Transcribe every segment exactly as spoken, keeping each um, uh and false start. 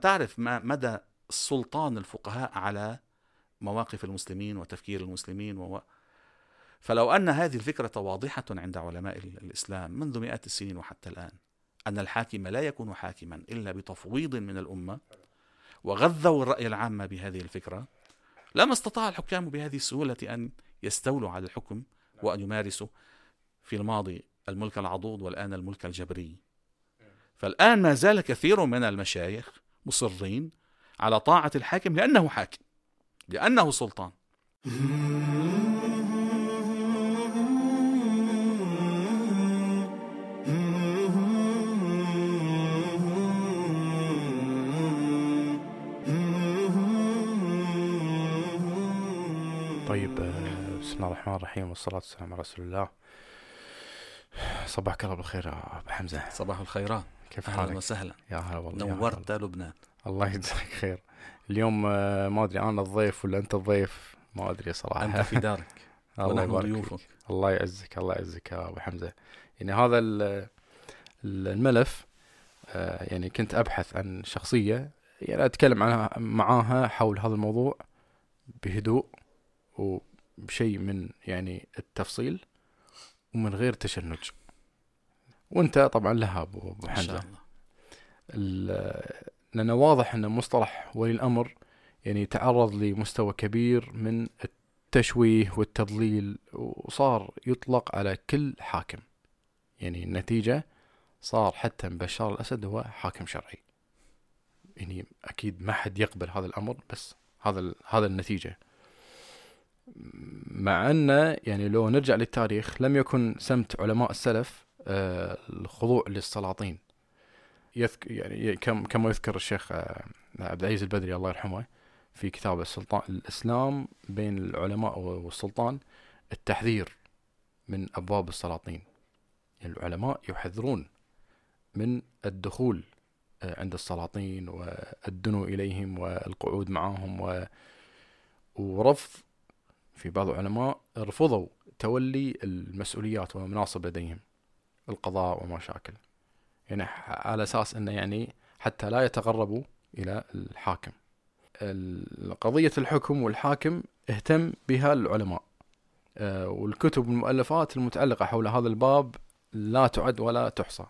تعرف ما مدى سلطان الفقهاء على مواقف المسلمين وتفكير المسلمين و... فلو أن هذه الفكرة واضحة عند علماء الإسلام منذ مئات السنين وحتى الآن، أن الحاكم لا يكون حاكما إلا بتفويض من الأمة، وغذوا الرأي العام بهذه الفكرة، لما استطاع الحكام بهذه السهولة أن يستولوا على الحكم وأن يمارسوا في الماضي الملك العضوض والآن الملك الجبري. فالآن ما زال كثير من المشايخ مصرين على طاعة الحاكم لأنه حاكم، لأنه سلطان. طيب، بسم الله الرحمن الرحيم، والصلاة والسلام على رسول الله. صباحك الله بالخير يا أبو حمزة. صباح الخيرات، كيف أهلا حالك؟ وسهلا، يا هلا والله، نورت لبنان. الله يجزاك خير. اليوم ما أدري أنا الضيف ولا أنت الضيف، ما أدري صراحة. أنت في دارك ونحن ضيوفك. الله يعزك، الله يعزك يا أبو حمزة. يعني هذا الملف، يعني كنت أبحث عن شخصية يعني أتكلم عنها معاها حول هذا الموضوع بهدوء وبشيء من يعني التفصيل ومن غير تشنج. وانت طبعا لها ابو حمزة، لأنه واضح أن مصطلح ولي الأمر يعني تعرض لمستوى كبير من التشويه والتضليل، وصار يطلق على كل حاكم. يعني النتيجة صار حتى بشار الأسد هو حاكم شرعي. يعني أكيد ما حد يقبل هذا الأمر، بس هذا هذا النتيجة. مع أن يعني لو نرجع للتاريخ لم يكن سمت علماء السلف آه الخضوع للسلاطين. يذكر يعني كما يذكر الشيخ آه عبد العزيز البدري الله يرحمه في كتاب السلطان الإسلام بين العلماء والسلطان، التحذير من أبواب السلاطين. يعني العلماء يحذرون من الدخول آه عند السلاطين والدنو إليهم والقعود معهم، و... ورفض في بعض العلماء رفضوا تولي المسؤوليات والمناصب لديهم، القضاء ومشاكل، يعني على أساس أنه يعني حتى لا يتقربوا إلى الحاكم. قضية الحكم والحاكم اهتم بها العلماء، والكتب والمؤلفات المتعلقة حول هذا الباب لا تعد ولا تحصى.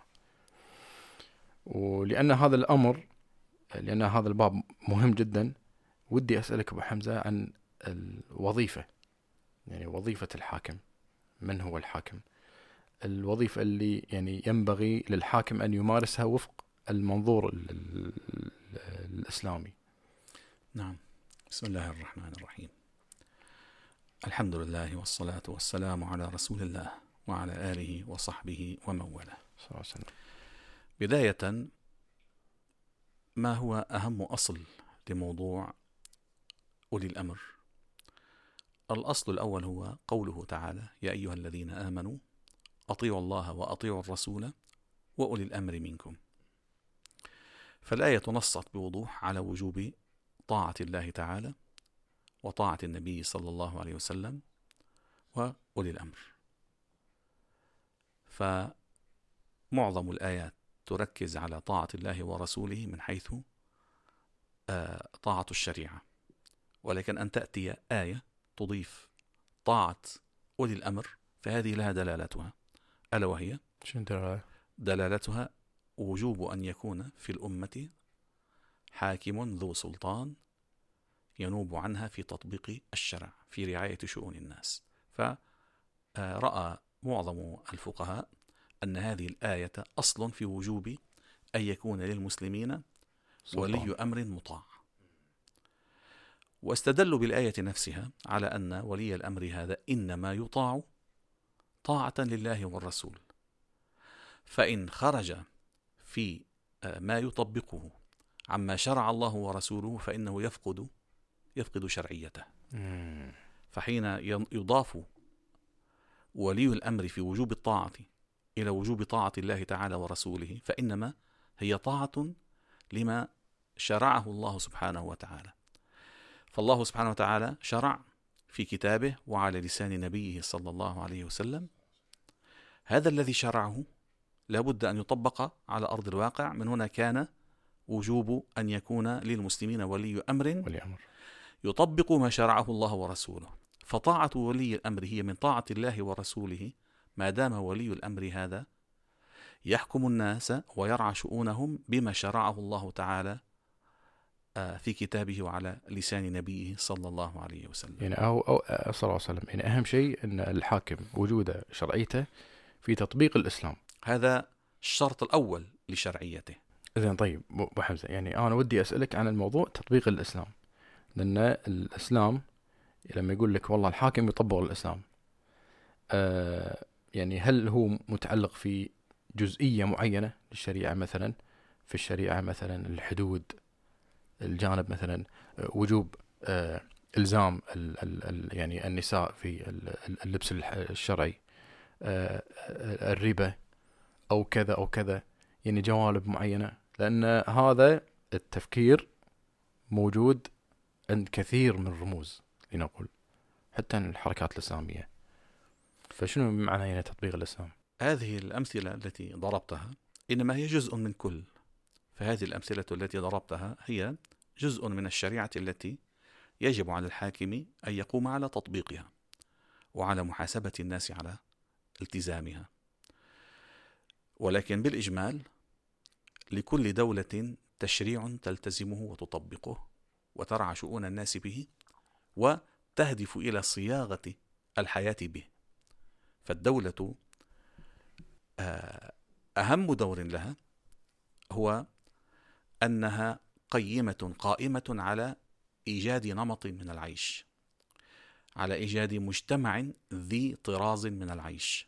ولأن هذا الأمر لأن هذا الباب مهم جدا، ودي أسألك أبو حمزة عن الوظيفة، يعني وظيفة الحاكم. من هو الحاكم؟ الوظيفة اللي يعني ينبغي للحاكم أن يمارسها وفق المنظور الإسلامي. نعم، بسم الله الرحمن الرحيم. الحمد لله والصلاة والسلام على رسول الله وعلى آله وصحبه ومن والاه. بداية، ما هو أهم أصل لموضوع أولي الأمر؟ الأصل الأول هو قوله تعالى: يا أيها الذين آمنوا أطيعوا الله وأطيعوا الرسول وأولي الأمر منكم. فالآية نصت بوضوح على وجوب طاعة الله تعالى وطاعة النبي صلى الله عليه وسلم وأولي الأمر. فمعظم الآيات تركز على طاعة الله ورسوله من حيث طاعة الشريعة، ولكن أن تأتي آية تضيف طاعة أولي الأمر فهذه لها دلالتها، ألا وهي دلالتها وجوب أن يكون في الأمة حاكم ذو سلطان ينوب عنها في تطبيق الشرع في رعاية شؤون الناس. فرأى معظم الفقهاء أن هذه الآية أصل في وجوب أن يكون للمسلمين ولي أمر مطاع، واستدلوا بالآية نفسها على أن ولي الأمر هذا إنما يطاع طاعة لله والرسول، فإن خرج في ما يطبقه عما شرع الله ورسوله فإنه يفقد يفقد شرعيته. فحين يضاف ولي الأمر في وجوب الطاعة إلى وجوب طاعة الله تعالى ورسوله فإنما هي طاعة لما شرعه الله سبحانه وتعالى. فالله سبحانه وتعالى شرع في كتابه وعلى لسان نبيه صلى الله عليه وسلم هذا الذي شرعه لابد أن يطبق على أرض الواقع. من هنا كان وجوب أن يكون للمسلمين ولي أمر ولي أمر يطبق ما شرعه الله ورسوله. فطاعة ولي الأمر هي من طاعة الله ورسوله ما دام ولي الأمر هذا يحكم الناس ويرعى شؤونهم بما شرعه الله تعالى في كتابه وعلى لسان نبيه صلى الله عليه وسلم. يعني أو, أو صلى الله عليه وسلم، يعني أهم شيء أن الحاكم وجوده شرعيته في تطبيق الإسلام، هذا الشرط الأول لشرعيته. إذن طيب أبو حمزة، يعني أنا ودي أسألك عن الموضوع تطبيق الإسلام، لأن الإسلام لما يقول لك والله الحاكم يطبق الإسلام، آه يعني هل هو متعلق في جزئية معينة للشريعة؟ مثلا في الشريعة مثلا الحدود، الجانب مثلا وجوب آه إلزام ال ال ال يعني النساء في اللبس الشرعي، آه الربا أو كذا أو كذا، يعني جوانب معينة، لأن هذا التفكير موجود عند كثير من الرموز لنقول حتى عن الحركات الإسلامية. فشنو معنى يعني تطبيق الإسلام؟ هذه الأمثلة التي ضربتها إنما هي جزء من كل، فهذه الأمثلة التي ضربتها هي جزء من الشريعة التي يجب على الحاكم أن يقوم على تطبيقها وعلى محاسبة الناس على التزامها. ولكن بالإجمال لكل دولة تشريع تلتزمه وتطبقه وترعى شؤون الناس به وتهدف إلى صياغة الحياة به. فالدولة أهم دور لها هو أنها قيمة قائمة على إيجاد نمط من العيش، على إيجاد مجتمع ذي طراز من العيش.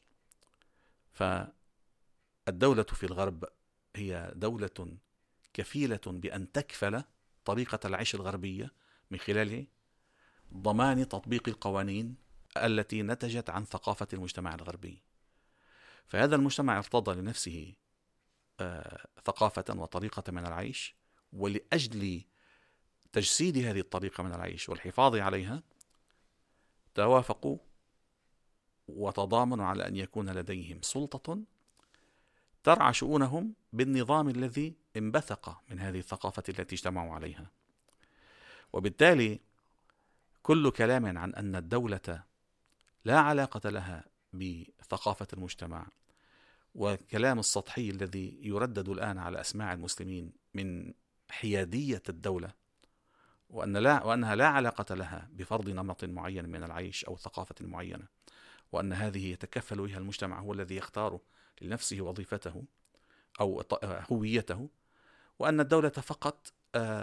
فالدولة في الغرب هي دولة كفيلة بأن تكفل طريقة العيش الغربية من خلال ضمان تطبيق القوانين التي نتجت عن ثقافة المجتمع الغربي. فهذا المجتمع ارتضى لنفسه آه ثقافة وطريقة من العيش، ولأجل تجسيد هذه الطريقة من العيش والحفاظ عليها توافقوا وتضامنوا على أن يكون لديهم سلطة ترعى شؤونهم بالنظام الذي انبثق من هذه الثقافة التي اجتمعوا عليها. وبالتالي كل كلام عن أن الدولة لا علاقة لها بثقافة المجتمع، وكلام السطحي الذي يردد الآن على أسماع المسلمين من حيادية الدولة وأن لا وأنها لا علاقة لها بفرض نمط معين من العيش أو ثقافة معينة، وأن هذه يتكفل بها المجتمع، هو الذي يختار لنفسه وظيفته أو هويته، وأن الدولة فقط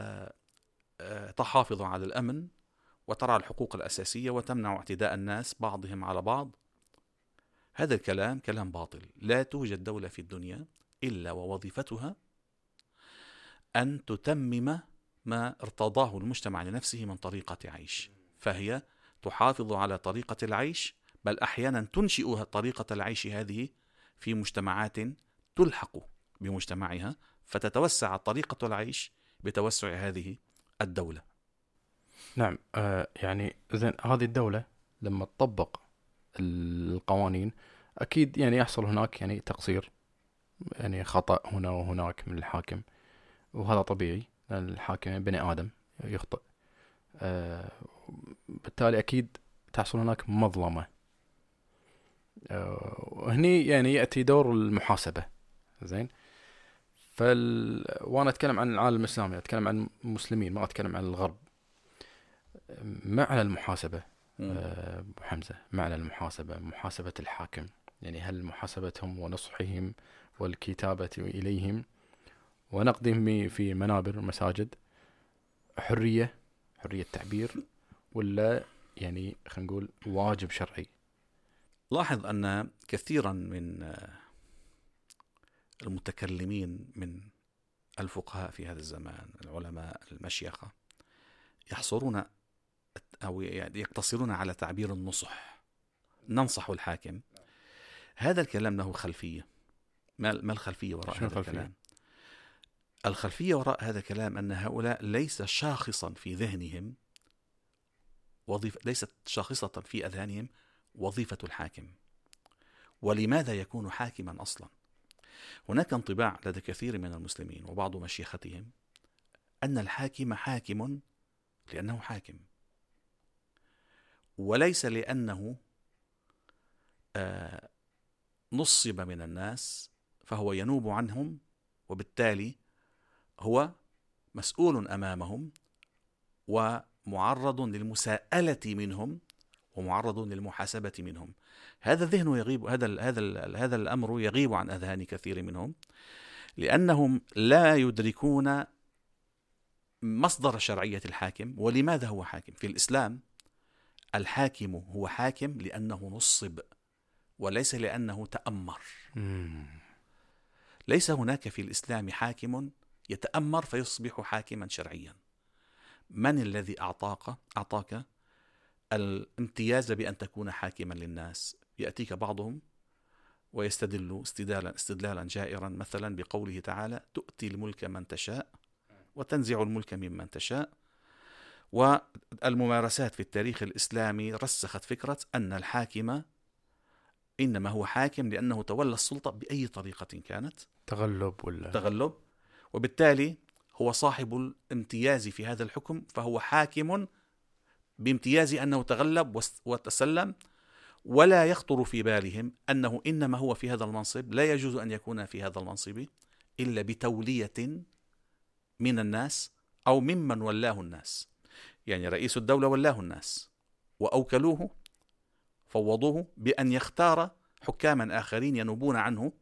تحافظ على الأمن وترعى الحقوق الأساسية وتمنع اعتداء الناس بعضهم على بعض. هذا الكلام كلام باطل. لا توجد دولة في الدنيا إلا ووظيفتها أن تتمم ما ارتضاه المجتمع لنفسه من طريقة عيش، فهي تحافظ على طريقة العيش، بل أحيانا تنشئ طريقة العيش هذه في مجتمعات تلحق بمجتمعها، فتتوسع طريقة العيش بتوسع هذه الدولة. نعم. آه يعني إذن هذه الدولة لما تطبق القوانين أكيد يعني يحصل هناك يعني تقصير، يعني خطأ هنا وهناك من الحاكم، وهذا طبيعي لأن الحاكم بني آدم يخطئ. آه بالتالي أكيد تحصل هناك مظلمة. آه وهني يعني يأتي دور المحاسبة. زين. فال... وأنا أتكلم عن العالم الإسلامي، أتكلم عن المسلمين، ما أتكلم عن الغرب. معنى المحاسبة أه حمزة، معنى المحاسبة، محاسبة الحاكم، يعني هل محاسبتهم ونصحهم والكتابة إليهم ونقدهم في منابر المساجد حرية حرية تعبير، ولا يعني خلينا نقول واجب شرعي؟ لاحظ أن كثيرا من المتكلمين من الفقهاء في هذا الزمان، العلماء المشيخة، يحصرون أو يقتصرون على تعبير النصح، ننصح الحاكم. هذا الكلام له خلفية. ما الخلفية وراء هذا الخلفية؟ الكلام؟ الخلفية وراء هذا الكلام أن هؤلاء ليس شاخصا في ذهنهم وظيفة، ليست شاخصة في أذهانهم وظيفة الحاكم. ولماذا يكون حاكما أصلا؟ هناك انطباع لدى كثير من المسلمين وبعض مشيختهم أن الحاكم حاكم لأنه حاكم، وليس لأنه آه نصب من الناس فهو ينوب عنهم، وبالتالي هو مسؤول أمامهم ومعرض للمساءلة منهم ومعرض للمحاسبة منهم. هذا الذهن يغيب، هذا هذا هذا الأمر يغيب عن أذهان كثير منهم، لأنهم لا يدركون مصدر شرعية الحاكم ولماذا هو حاكم. في الإسلام الحاكم هو حاكم لأنه نصب وليس لأنه تأمر. ليس هناك في الإسلام حاكم يتأمر فيصبح حاكما شرعيا. من الذي أعطاك أعطاك الامتياز بأن تكون حاكما للناس؟ يأتيك بعضهم ويستدل استدلالا استدلالا جائرا مثلا بقوله تعالى: تؤتي الملك من تشاء وتنزع الملك ممن تشاء. والممارسات في التاريخ الإسلامي رسخت فكرة أن الحاكم إنما هو حاكم لأنه تولى السلطة بأي طريقة كانت، تغلب ولا تغلب، وبالتالي هو صاحب الامتياز في هذا الحكم، فهو حاكم بامتياز أنه تغلب وتسلم، ولا يخطر في بالهم أنه إنما هو في هذا المنصب لا يجوز أن يكون في هذا المنصب إلا بتولية من الناس أو ممن ولاه الناس. يعني رئيس الدولة ولاه الناس وأوكلوه، فوضوه بأن يختار حكاما آخرين ينوبون عنه،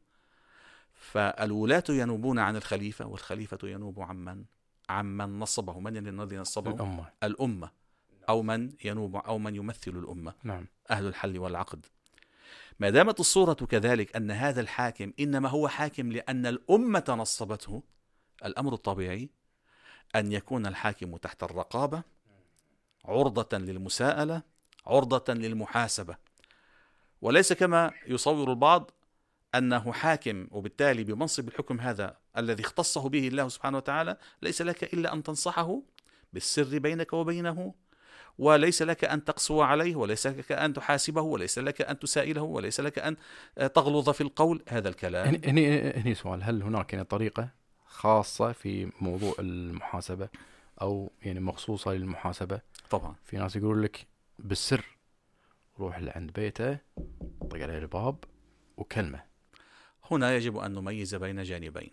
فالولاة ينوبون عن الخليفة والخليفة ينوب عمن عمن نصبه. من الذي نصبه؟ الأمة. الأمة، أو من ينوب أو من يمثل الأمة. نعم. أهل الحل والعقد. ما دامت الصورة كذلك أن هذا الحاكم إنما هو حاكم لأن الأمة نصبته، الأمر الطبيعي أن يكون الحاكم تحت الرقابة، عرضة للمساءلة، عرضة للمحاسبة، وليس كما يصور البعض أنه حاكم وبالتالي بمنصب الحكم هذا الذي اختصه به الله سبحانه وتعالى ليس لك إلا أن تنصحه بالسر بينك وبينه، وليس لك أن تقسو عليه، وليس لك أن تحاسبه، وليس لك أن تسائله، وليس لك أن تغلظ في القول. هذا الكلام. هني هني سؤال: هل هناك يعني طريقة خاصة في موضوع المحاسبة أو يعني مخصوصة للمحاسبة؟ طبعا. في ناس يقول لك بالسر روح لعند بيته، طق عليه الباب وكلمة. هنا يجب أن نميز بين جانبين.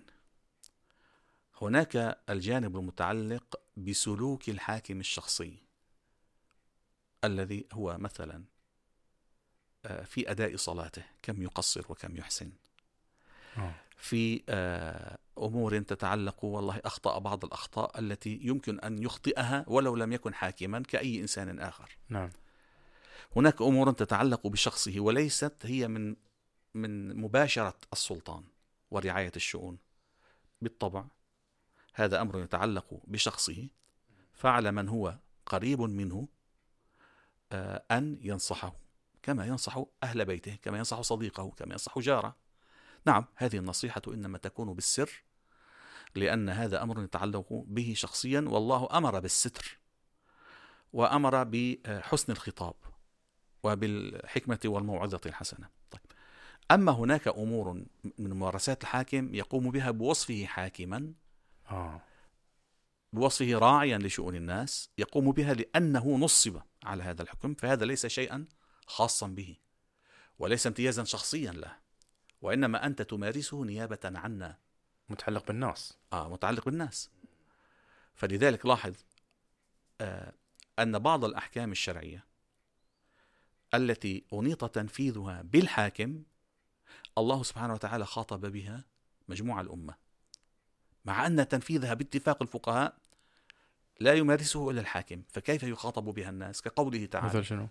هناك الجانب المتعلق بسلوك الحاكم الشخصي الذي هو مثلا في أداء صلاته كم يقصر وكم يحسن، في أمور تتعلق والله أخطأ بعض الأخطاء التي يمكن أن يخطئها ولو لم يكن حاكما كأي إنسان آخر. نعم. هناك أمور تتعلق بشخصه وليست هي من من مباشرة السلطان ورعاية الشؤون. بالطبع هذا أمر يتعلق بشخصه، فعلى من هو قريب منه أن ينصحه كما ينصح أهل بيته، كما ينصح صديقه، كما ينصح جاره. نعم، هذه النصيحة إنما تكون بالسر لأن هذا أمر يتعلق به شخصيا، والله أمر بالستر وأمر بحسن الخطاب وبالحكمة والموعظة الحسنة. طيب، أما هناك أمور من ممارسات الحاكم يقوم بها بوصفه حاكما، آه. بوصفه راعيا لشؤون الناس، يقوم بها لأنه نصب على هذا الحكم، فهذا ليس شيئا خاصا به وليس امتيازا شخصيا له، وإنما أنت تمارسه نيابة عنا، متعلق بالناس. آه متعلق بالناس. فلذلك لاحظ آه أن بعض الأحكام الشرعية التي أنيط تنفيذها بالحاكم الله سبحانه وتعالى خاطب بها مجموع الأمة، مع أن تنفيذها باتفاق الفقهاء لا يمارسه إلا الحاكم، فكيف يخاطب بها الناس؟ كقوله تعالى: مثل شنو؟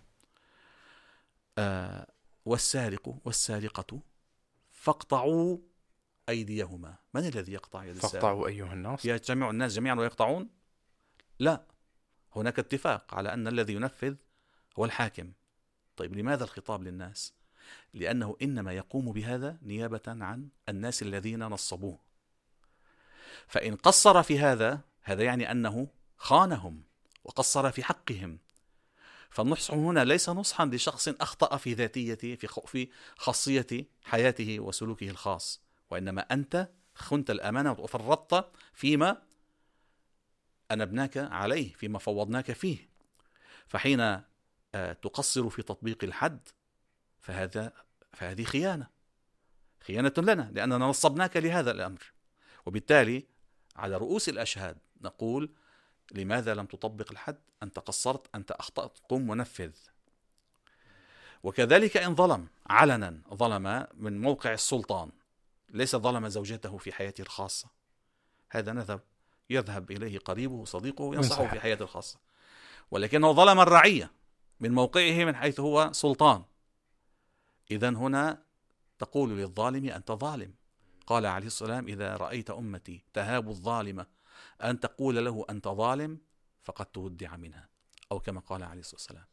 آه والسارق والسارقة فاقطعوا أيديهما. من الذي يقطع يد السارق؟ فاقطعوا أيها الناس. يجتمع الناس جميعا ويقطعون؟ لا، هناك اتفاق على أن الذي ينفذ هو الحاكم. طيب، لماذا الخطاب للناس؟ لأنه إنما يقوم بهذا نيابة عن الناس الذين نصبوه، فإن قصر في هذا هذا يعني أنه خانهم وقصر في حقهم. فالنصح هنا ليس نصحا لشخص أخطأ في ذاتيته في خاصية حياته وسلوكه الخاص، وإنما أنت خنت الأمانة وفرطت فيما أنبناك عليه فيما فوضناك فيه، فحين تقصر في تطبيق الحد فهذا فهذه خيانة خيانة لنا، لأننا نصبناك لهذا الأمر. وبالتالي على رؤوس الأشهاد نقول: لماذا لم تطبق الحد؟ أنت قصرت، أنت أخطأت، قم ونفذ. وكذلك إن ظلم علنا، ظلم من موقع السلطان، ليس ظلم زوجته في حياته الخاصة، هذا نذهب يذهب إليه قريبه صديقه وينصحه في حياته الخاصة، ولكنه ظلم الرعية من موقعه من حيث هو سلطان. إذن هنا تقول للظالم أنت ظالم. قال عليه السلام: إذا رأيت أمتي تهاب الظالمة أن تقول له أنت ظالم فقد تودع منها، أو كما قال عليه الصلاة والسلام.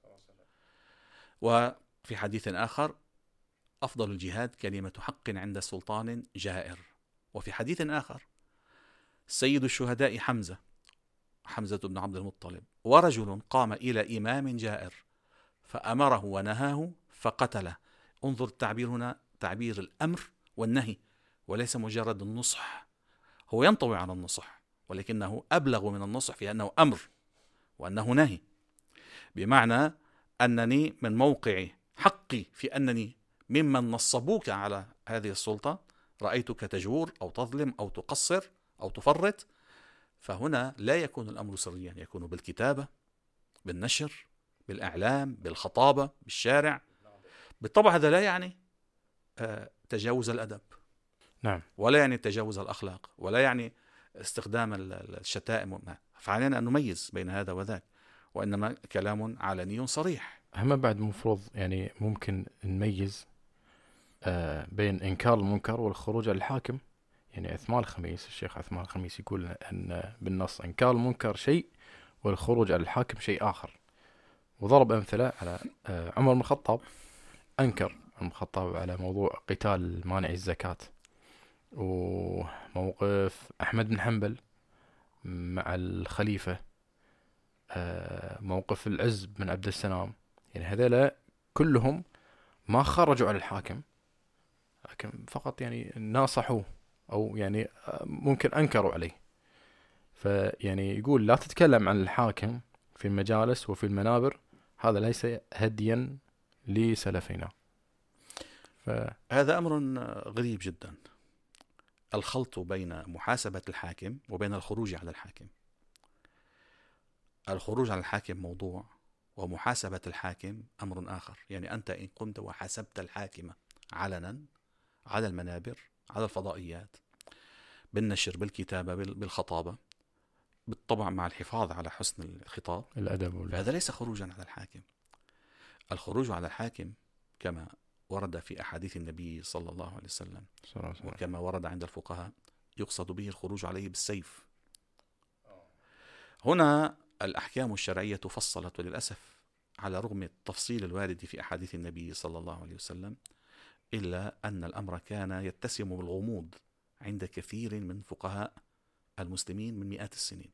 وفي حديث آخر: أفضل الجهاد كلمة حق عند سلطان جائر. وفي حديث آخر: سيد الشهداء حمزة حمزة بن عبد المطلب، ورجل قام إلى إمام جائر فأمره ونهاه فقتله. انظر التعبير هنا، تعبير الأمر والنهي، وليس مجرد النصح. هو ينطوي على النصح، ولكنه أبلغ من النصح في أنه أمر وأنه نهي، بمعنى أنني من موقع حقي في أنني ممن نصبوك على هذه السلطة، رأيتك تجور أو تظلم أو تقصر أو تفرط، فهنا لا يكون الأمر سريا، يكون بالكتابة، بالنشر، بالإعلام، بالخطابة، بالشارع. بالطبع هذا لا يعني تجاوز الأدب، نعم، ولا يعني تجاوز الأخلاق، ولا يعني استخدام الشتائم، فعلينا أن نميز بين هذا وذاك، وإنما كلام علني صريح. هم بعد مفروض يعني ممكن نميز بين إنكار المنكر والخروج على الحاكم. يعني عثمان الخميس، الشيخ عثمان الخميس يقول أن بالنص إنكار المنكر شيء والخروج على الحاكم شيء آخر، وضرب أمثلة على عمر بن الخطاب، أنكر عمر بن الخطاب على موضوع قتال مانع الزكاة، وموقف أحمد بن حنبل مع الخليفة، موقف العز بن عبد السلام. يعني هذول كلهم ما خرجوا على الحاكم، لكن فقط يعني ناصحوه أو يعني ممكن أنكروا عليه. فيعني يقول لا تتكلم عن الحاكم في المجالس وفي المنابر، هذا ليس هديا لسلفنا. ف... هذا أمر غريب جدا، الخلط بين محاسبة الحاكم وبين الخروج على الحاكم. الخروج على الحاكم موضوع، ومحاسبة الحاكم أمر آخر. يعني أنت إن قمت وحاسبت الحاكم علنا على المنابر، على الفضائيات، بالنشر، بالكتابة، بالخطابة، بالطبع مع الحفاظ على حسن الخطاب، الأدب، فهذا ليس خروجا على الحاكم. الخروج على الحاكم كما ورد في أحاديث النبي صلى الله عليه وسلم وكما ورد عند الفقهاء يقصد به الخروج عليه بالسيف. هنا الأحكام الشرعية فصلت، وللأسف على رغم التفصيل الوارد في أحاديث النبي صلى الله عليه وسلم، إلا أن الأمر كان يتسم بالغموض عند كثير من فقهاء المسلمين من مئات السنين،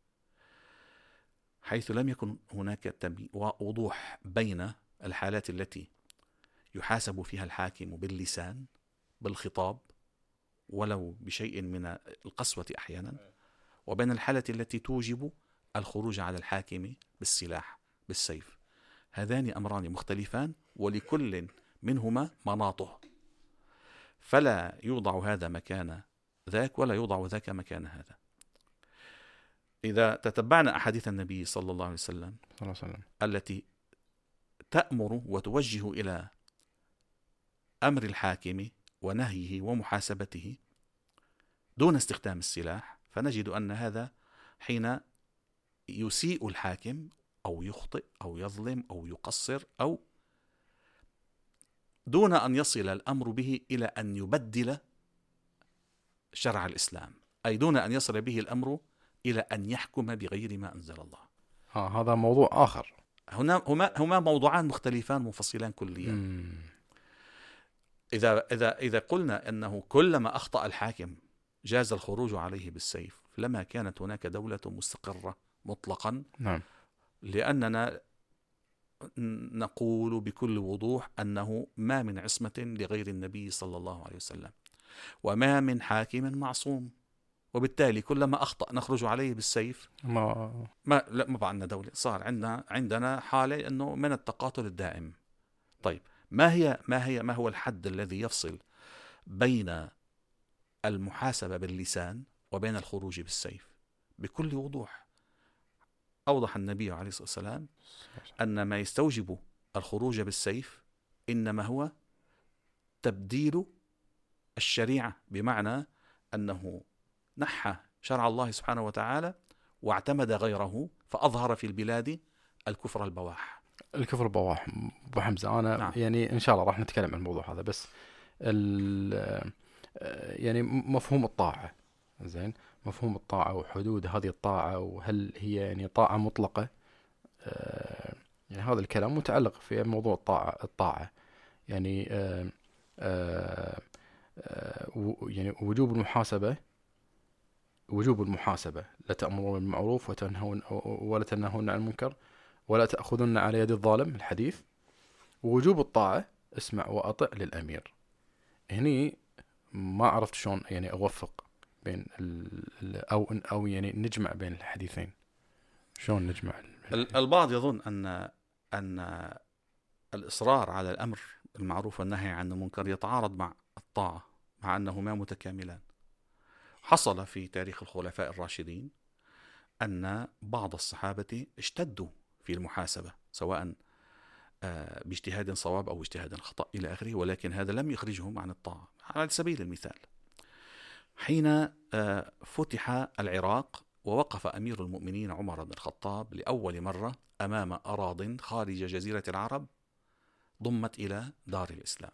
حيث لم يكن هناك وضوح بين الحالات التي يحاسب فيها الحاكم باللسان بالخطاب ولو بشيء من القسوة أحيانا، وبين الحالة التي توجب الخروج على الحاكم بالسلاح بالسيف. هذان أمران مختلفان، ولكل منهما مناطه، فلا يوضع هذا مكان ذاك ولا يوضع ذاك مكان هذا. إذا تتبعنا أحاديث النبي صلى الله عليه وسلم التي تأمر وتوجه إلى أمر الحاكم ونهيه ومحاسبته دون استخدام السلاح، فنجد أن هذا حين يسيء الحاكم أو يخطئ أو يظلم أو يقصر، أو دون أن يصل الأمر به إلى أن يبدل شرع الإسلام، أي دون أن يصل به الأمر إلى أن يحكم بغير ما أنزل الله. آه هذا موضوع آخر. هنا هما هما موضوعان مختلفان منفصلان كليا. مم. إذا إذا إذا قلنا أنه كلما أخطأ الحاكم جاز الخروج عليه بالسيف، لما كانت هناك دولة مستقرة مطلقا. نعم. لأننا نقول بكل وضوح أنه ما من عصمة لغير النبي صلى الله عليه وسلم، وما من حاكم معصوم، وبالتالي كلما أخطأ نخرج عليه بالسيف. ما ما لا ما بعنا دولة، صار عندنا عندنا حالة إنه من التقاتل الدائم. طيب ما هي ما هي ما هو الحد الذي يفصل بين المحاسبة باللسان وبين الخروج بالسيف؟ بكل وضوح أوضح النبي عليه الصلاة والسلام أن ما يستوجب الخروج بالسيف إنما هو تبديل الشريعة، بمعنى أنه نحى شرع الله سبحانه وتعالى واعتمد غيره، فأظهر في البلاد الكفر البواح. الكفر بواح. أبو حمزة أنا نعم. يعني إن شاء الله راح نتكلم عن الموضوع هذا، بس يعني مفهوم الطاعة، زين، مفهوم الطاعة وحدود هذه الطاعة، وهل هي يعني طاعة مطلقة؟ يعني هذا الكلام متعلق في موضوع الطاعة. الطاعة يعني آآ آآ يعني وجوب المحاسبة، وجوب المحاسبة، لا تأمرون بالمعروف وتنهون ولا تنهون عن المنكر ولا تأخذون على يد الظالم، الحديث. ووجوب الطاعة، اسمع وأطع للأمير. هني ما عرفت شلون يعني أوفق بين ال أو أو يعني نجمع بين الحديثين. شلون نجمع؟ البعض يظن أن أن الإصرار على الأمر بالمعروف والنهي عن المنكر يتعارض مع الطاعة، مع أنهما متكاملان. حصل في تاريخ الخلفاء الراشدين أن بعض الصحابة اشتدوا في المحاسبة، سواء باجتهاد صواب أو اجتهاد خطأ إلى آخره، ولكن هذا لم يخرجهم عن الطاعة. على سبيل المثال، حين فتح العراق ووقف أمير المؤمنين عمر بن الخطاب لأول مرة أمام أراضٍ خارج جزيرة العرب ضمت إلى دار الإسلام،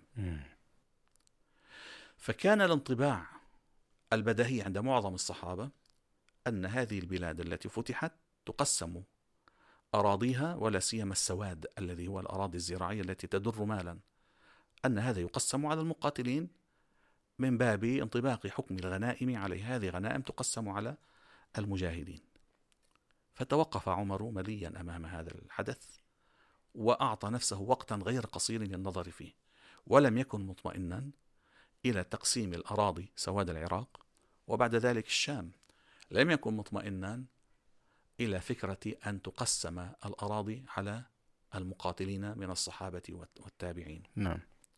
فكان الانطباع البديهي عند معظم الصحابة أن هذه البلاد التي فتحت تقسم أراضيها، ولا سيما السواد الذي هو الأراضي الزراعية التي تدر مالا، أن هذا يقسم على المقاتلين من باب انطباق حكم الغنائم عليه. هذه غنائم تقسم على المجاهدين. فتوقف عمر مليا أمام هذا الحدث، وأعطى نفسه وقتا غير قصير للنظر فيه، ولم يكن مطمئنا إلى تقسيم الأراضي سواد العراق وبعد ذلك الشام. لم يكن مطمئنا إلى فكرة أن تقسم الأراضي على المقاتلين من الصحابة والتابعين. نعم.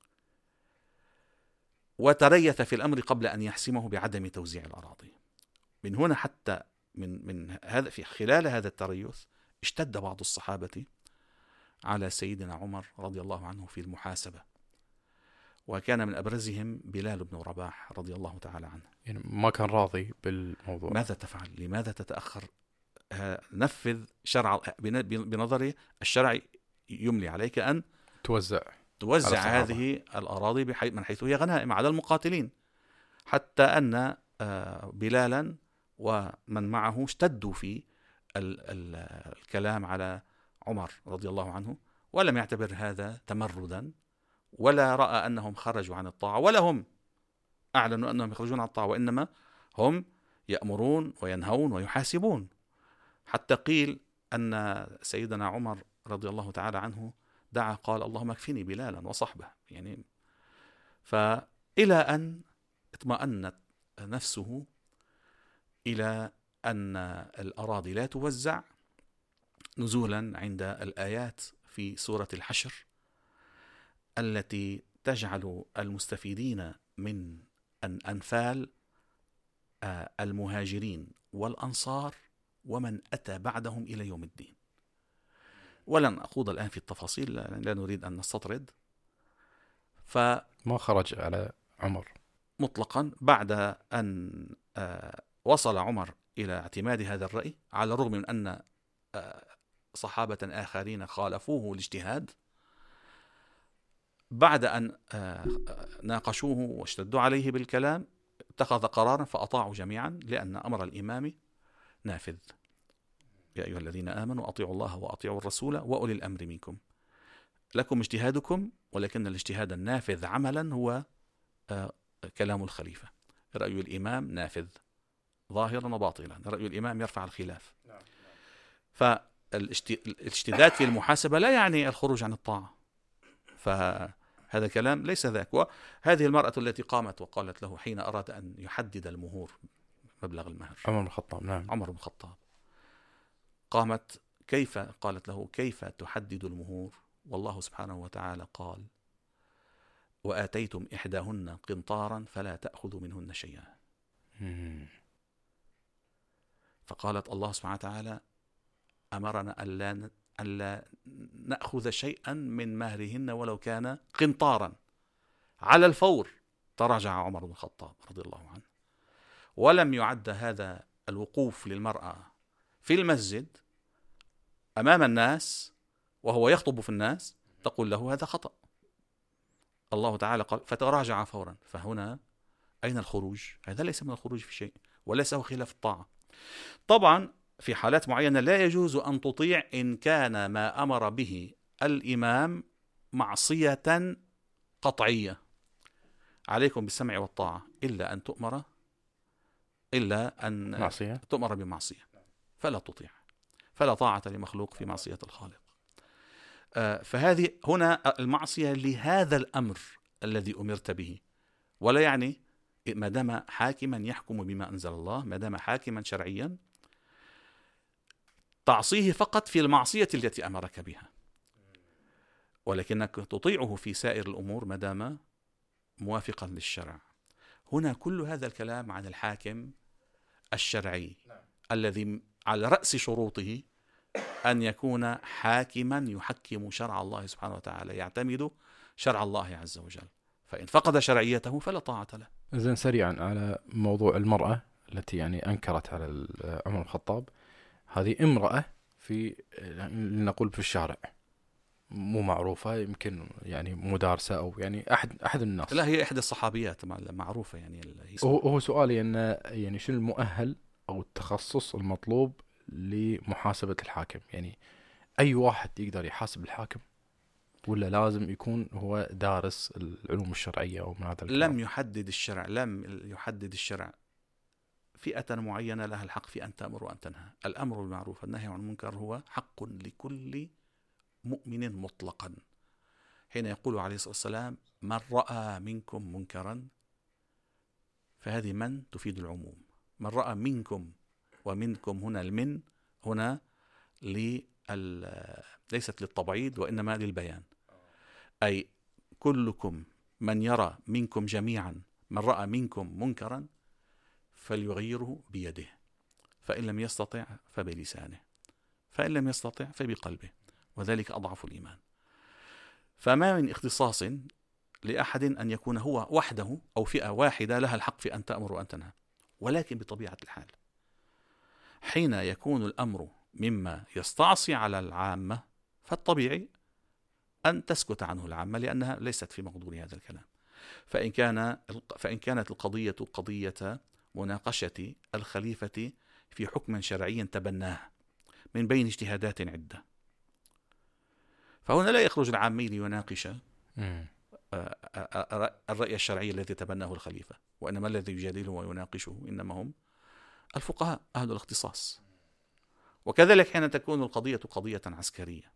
وتريث في الأمر قبل أن يحسمه بعدم توزيع الأراضي. من هنا حتى من من هذا في خلال هذا التريث اشتد بعض الصحابة على سيدنا عمر رضي الله عنه في المحاسبة، وكان من أبرزهم بلال بن رباح رضي الله تعالى عنه. يعني ما كان راضي بالموضوع. ماذا تفعل؟ لماذا تتأخر؟ نفذ شرع. بنظري الشرع يملي عليك أن توزع توزع هذه الأراضي بحيث من حيث هي غنائم على المقاتلين، حتى أن بلالا ومن معه اشتدوا في الكلام على عمر رضي الله عنه، ولم يعتبر هذا تمردا، ولا رأى أنهم خرجوا عن الطاعة، ولا هم أعلنوا أنهم يخرجون عن الطاعة، وإنما هم يأمرون وينهون ويحاسبون. حتى قيل أن سيدنا عمر رضي الله تعالى عنه دعا قال اللهم اكفني بلالا وصحبه، يعني فإلى أن اطمأنت نفسه إلى أن الأراضي لا توزع، نزولا عند الآيات في سورة الحشر التي تجعل المستفيدين من الأنفال المهاجرين والأنصار ومن أتى بعدهم إلى يوم الدين. ولن أخوض الآن في التفاصيل، لا نريد أن نستطرد. فما خرج على عمر مطلقا بعد أن وصل عمر إلى اعتماد هذا الرأي، على الرغم من أن صحابة آخرين خالفوه الاجتهاد. بعد أن ناقشوه واشتدوا عليه بالكلام اتخذ قرارا فأطاعوا جميعا، لأن أمر الإمام نافذ. يا أيها الذين آمنوا أطيعوا الله وأطيعوا الرسول وأولي الأمر منكم، لكم اجتهادكم ولكن الاجتهاد النافذ عملا هو كلام الخليفة. رأي الإمام نافذ ظاهرا وباطلا، رأي الإمام يرفع الخلاف. فالاشتداد في المحاسبة لا يعني الخروج عن الطاعة، فهذا كلام ليس ذاك. وهذه المرأة التي قامت وقالت له حين أراد أن يحدد المهور مبلغ المهر. عمر بن الخطاب. نعم. عمر بن الخطاب. قامت كيف قالت له كيف تحدد المهور والله سبحانه وتعالى قال وآتيتم إحداهن قنطارا فلا تأخذوا منهن شيئا. فقالت الله سبحانه وتعالى أمرنا ألا ألا نأخذ شيئا من مهرهن ولو كان قنطارا. على الفور تراجع عمر بن الخطاب رضي الله عنه، ولم يعد هذا الوقوف للمرأة في المسجد أمام الناس وهو يخطب في الناس تقول له هذا خطأ. الله تعالى قال فتراجع فورا. فهنا أين الخروج؟ هذا ليس من الخروج في شيء وليس هو خلاف الطاعة. طبعا في حالات معينة لا يجوز أن تطيع إن كان ما أمر به الإمام معصية قطعية. عليكم بالسمع والطاعة إلا أن تؤمر إلا أن معصية. تؤمر بمعصية فلا تطيع، فلا طاعة لمخلوق في معصية الخالق. فهذه هنا المعصية لهذا الأمر الذي أمرت به، ولا يعني ما دام حاكما يحكم بما أنزل الله، ما دام حاكما شرعيا تعصيه فقط في المعصية التي أمرك بها، ولكنك تطيعه في سائر الأمور ما دام موافقا للشرع. هنا كل هذا الكلام عن الحاكم الشرعي الذي على رأس شروطه أن يكون حاكما يحكم شرع الله سبحانه وتعالى، يعتمد شرع الله عز وجل، فإن فقد شرعيته فلا طاعة له. إذن سريعا على موضوع المرأة التي يعني أنكرت على عمر بن الخطاب، هذه امرأة في لنقول في الشارع مو معروفة، يمكن يعني مدارسة أو يعني أحد أحد الناس. لا، هي إحدى الصحابيات معروفة يعني. هو هو سؤالي أن يعني شنو المؤهل أو التخصص المطلوب لمحاسبة الحاكم؟ يعني أي واحد يقدر يحاسب الحاكم ولا لازم يكون هو دارس العلوم الشرعية أو من هذا الكلام؟ لم يحدد الشرع لم يحدد الشرع فئة معينة لها الحق في أن تأمر وأن تنهى. الأمر بالمعروف والنهي عن المنكر هو حق لكل مؤمن مطلقا. حين يقول عليه الصلاة والسلام من رأى منكم منكرا، فهذه من تفيد العموم. من رأى منكم، ومنكم هنا المن هنا ليست للتبعيض وإنما للبيان، أي كلكم من يرى منكم جميعا من رأى منكم منكرا فليغيره بيده، فإن لم يستطع فبلسانه، فإن لم يستطع فبقلبه، وذلك أضعف الإيمان. فما من اختصاص لأحد أن يكون هو وحده أو فئة واحدة لها الحق في أن تأمر وأن تنهى، ولكن بطبيعة الحال حين يكون الأمر مما يستعصي على العامة فالطبيعي أن تسكت عنه العامة لأنها ليست في مقدور هذا الكلام. فإن كان فإن كانت القضية قضية مناقشة الخليفة في حكم شرعي تبناه من بين اجتهادات عدة، فهنا لا يخرج العامي ليناقش الرأي الشرعي الذي تبناه الخليفة، وإنما الذي يجادله ويناقشه إنما هم الفقهاء أهل الاختصاص. وكذلك حين تكون القضية قضية عسكرية،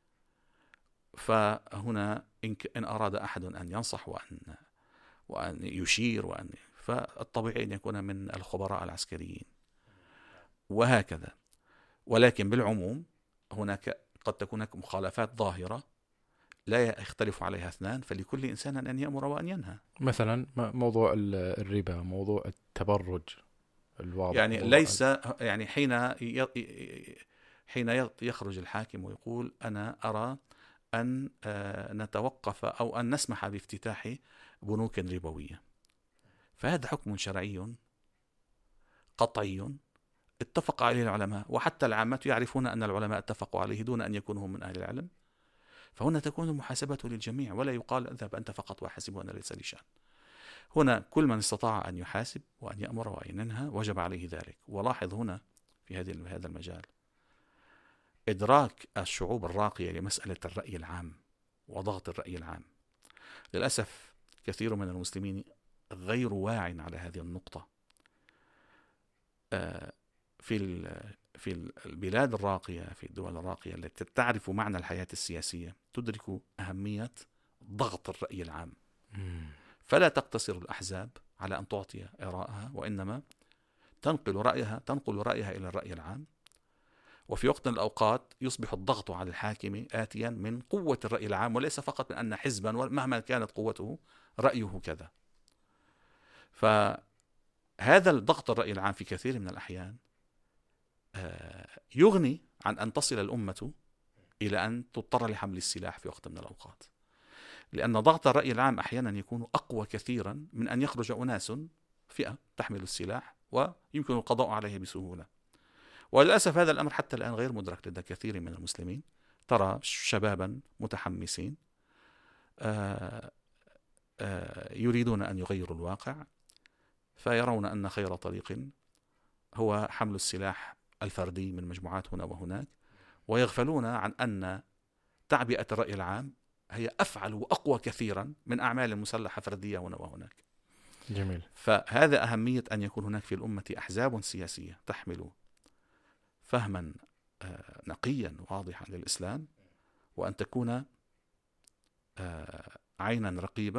فهنا إن أراد أحد أن ينصح وأن وأن يشير وأن فالطبيعي أن يكون من الخبراء العسكريين وهكذا. ولكن بالعموم هناك قد تكون هناك مخالفات ظاهرة لا يختلف عليها اثنان، فلكل إنسان أن يأمر وأن ينهى. مثلا موضوع الربا، موضوع التبرج الواضح، يعني ليس يعني حين حين يخرج الحاكم ويقول أنا أرى أن نتوقف أو أن نسمح بافتتاح بنوك ربوية، فهذا حكم شرعي قطعي اتفق عليه العلماء، وحتى العامة يعرفون أن العلماء اتفقوا عليه دون أن يكونوا من أهل العلم، فهنا تكون المحاسبة للجميع، ولا يقال اذهب أنت فقط وحاسب وأنا ليس لي شأن. هنا كل من استطاع أن يحاسب وأن يأمر وأن ينهى وجب عليه ذلك. ولاحظ هنا في هذا المجال إدراك الشعوب الراقية لمسألة الرأي العام وضغط الرأي العام. للأسف كثير من المسلمين غير واع على هذه النقطة. في في البلاد الراقية، في الدول الراقية التي تعرف معنى الحياة السياسية، تدرك أهمية ضغط الرأي العام، فلا تقتصر الأحزاب على أن تعطي آراءها، وإنما تنقل رأيها تنقل رأيها إلى الرأي العام، وفي وقت من الأوقات يصبح الضغط على الحاكم آتيا من قوة الرأي العام، وليس فقط من أن حزبا مهما كانت قوته رأيه كذا. فهذا الضغط الرأي العام في كثير من الأحيان يغني عن أن تصل الأمة إلى أن تضطر لحمل السلاح في وقت من الأوقات، لأن ضغط الرأي العام أحيانا يكون أقوى كثيرا من أن يخرج أناس فئة تحمل السلاح ويمكن القضاء عليه بسهولة. وللأسف هذا الأمر حتى الآن غير مدرك لدى كثير من المسلمين. ترى شبابا متحمسين آآ آآ يريدون أن يغيروا الواقع، فيرون أن خير طريق هو حمل السلاح الفردي من مجموعات هنا وهناك، ويغفلون عن أن تعبئة الرأي العام هي أفعل وأقوى كثيرا من أعمال مسلحة فردية هنا وهناك. جميل. فهذا أهمية أن يكون هناك في الأمة أحزاب سياسية تحمل فهما نقيا واضحا للإسلام، وأن تكون عينا رقيبة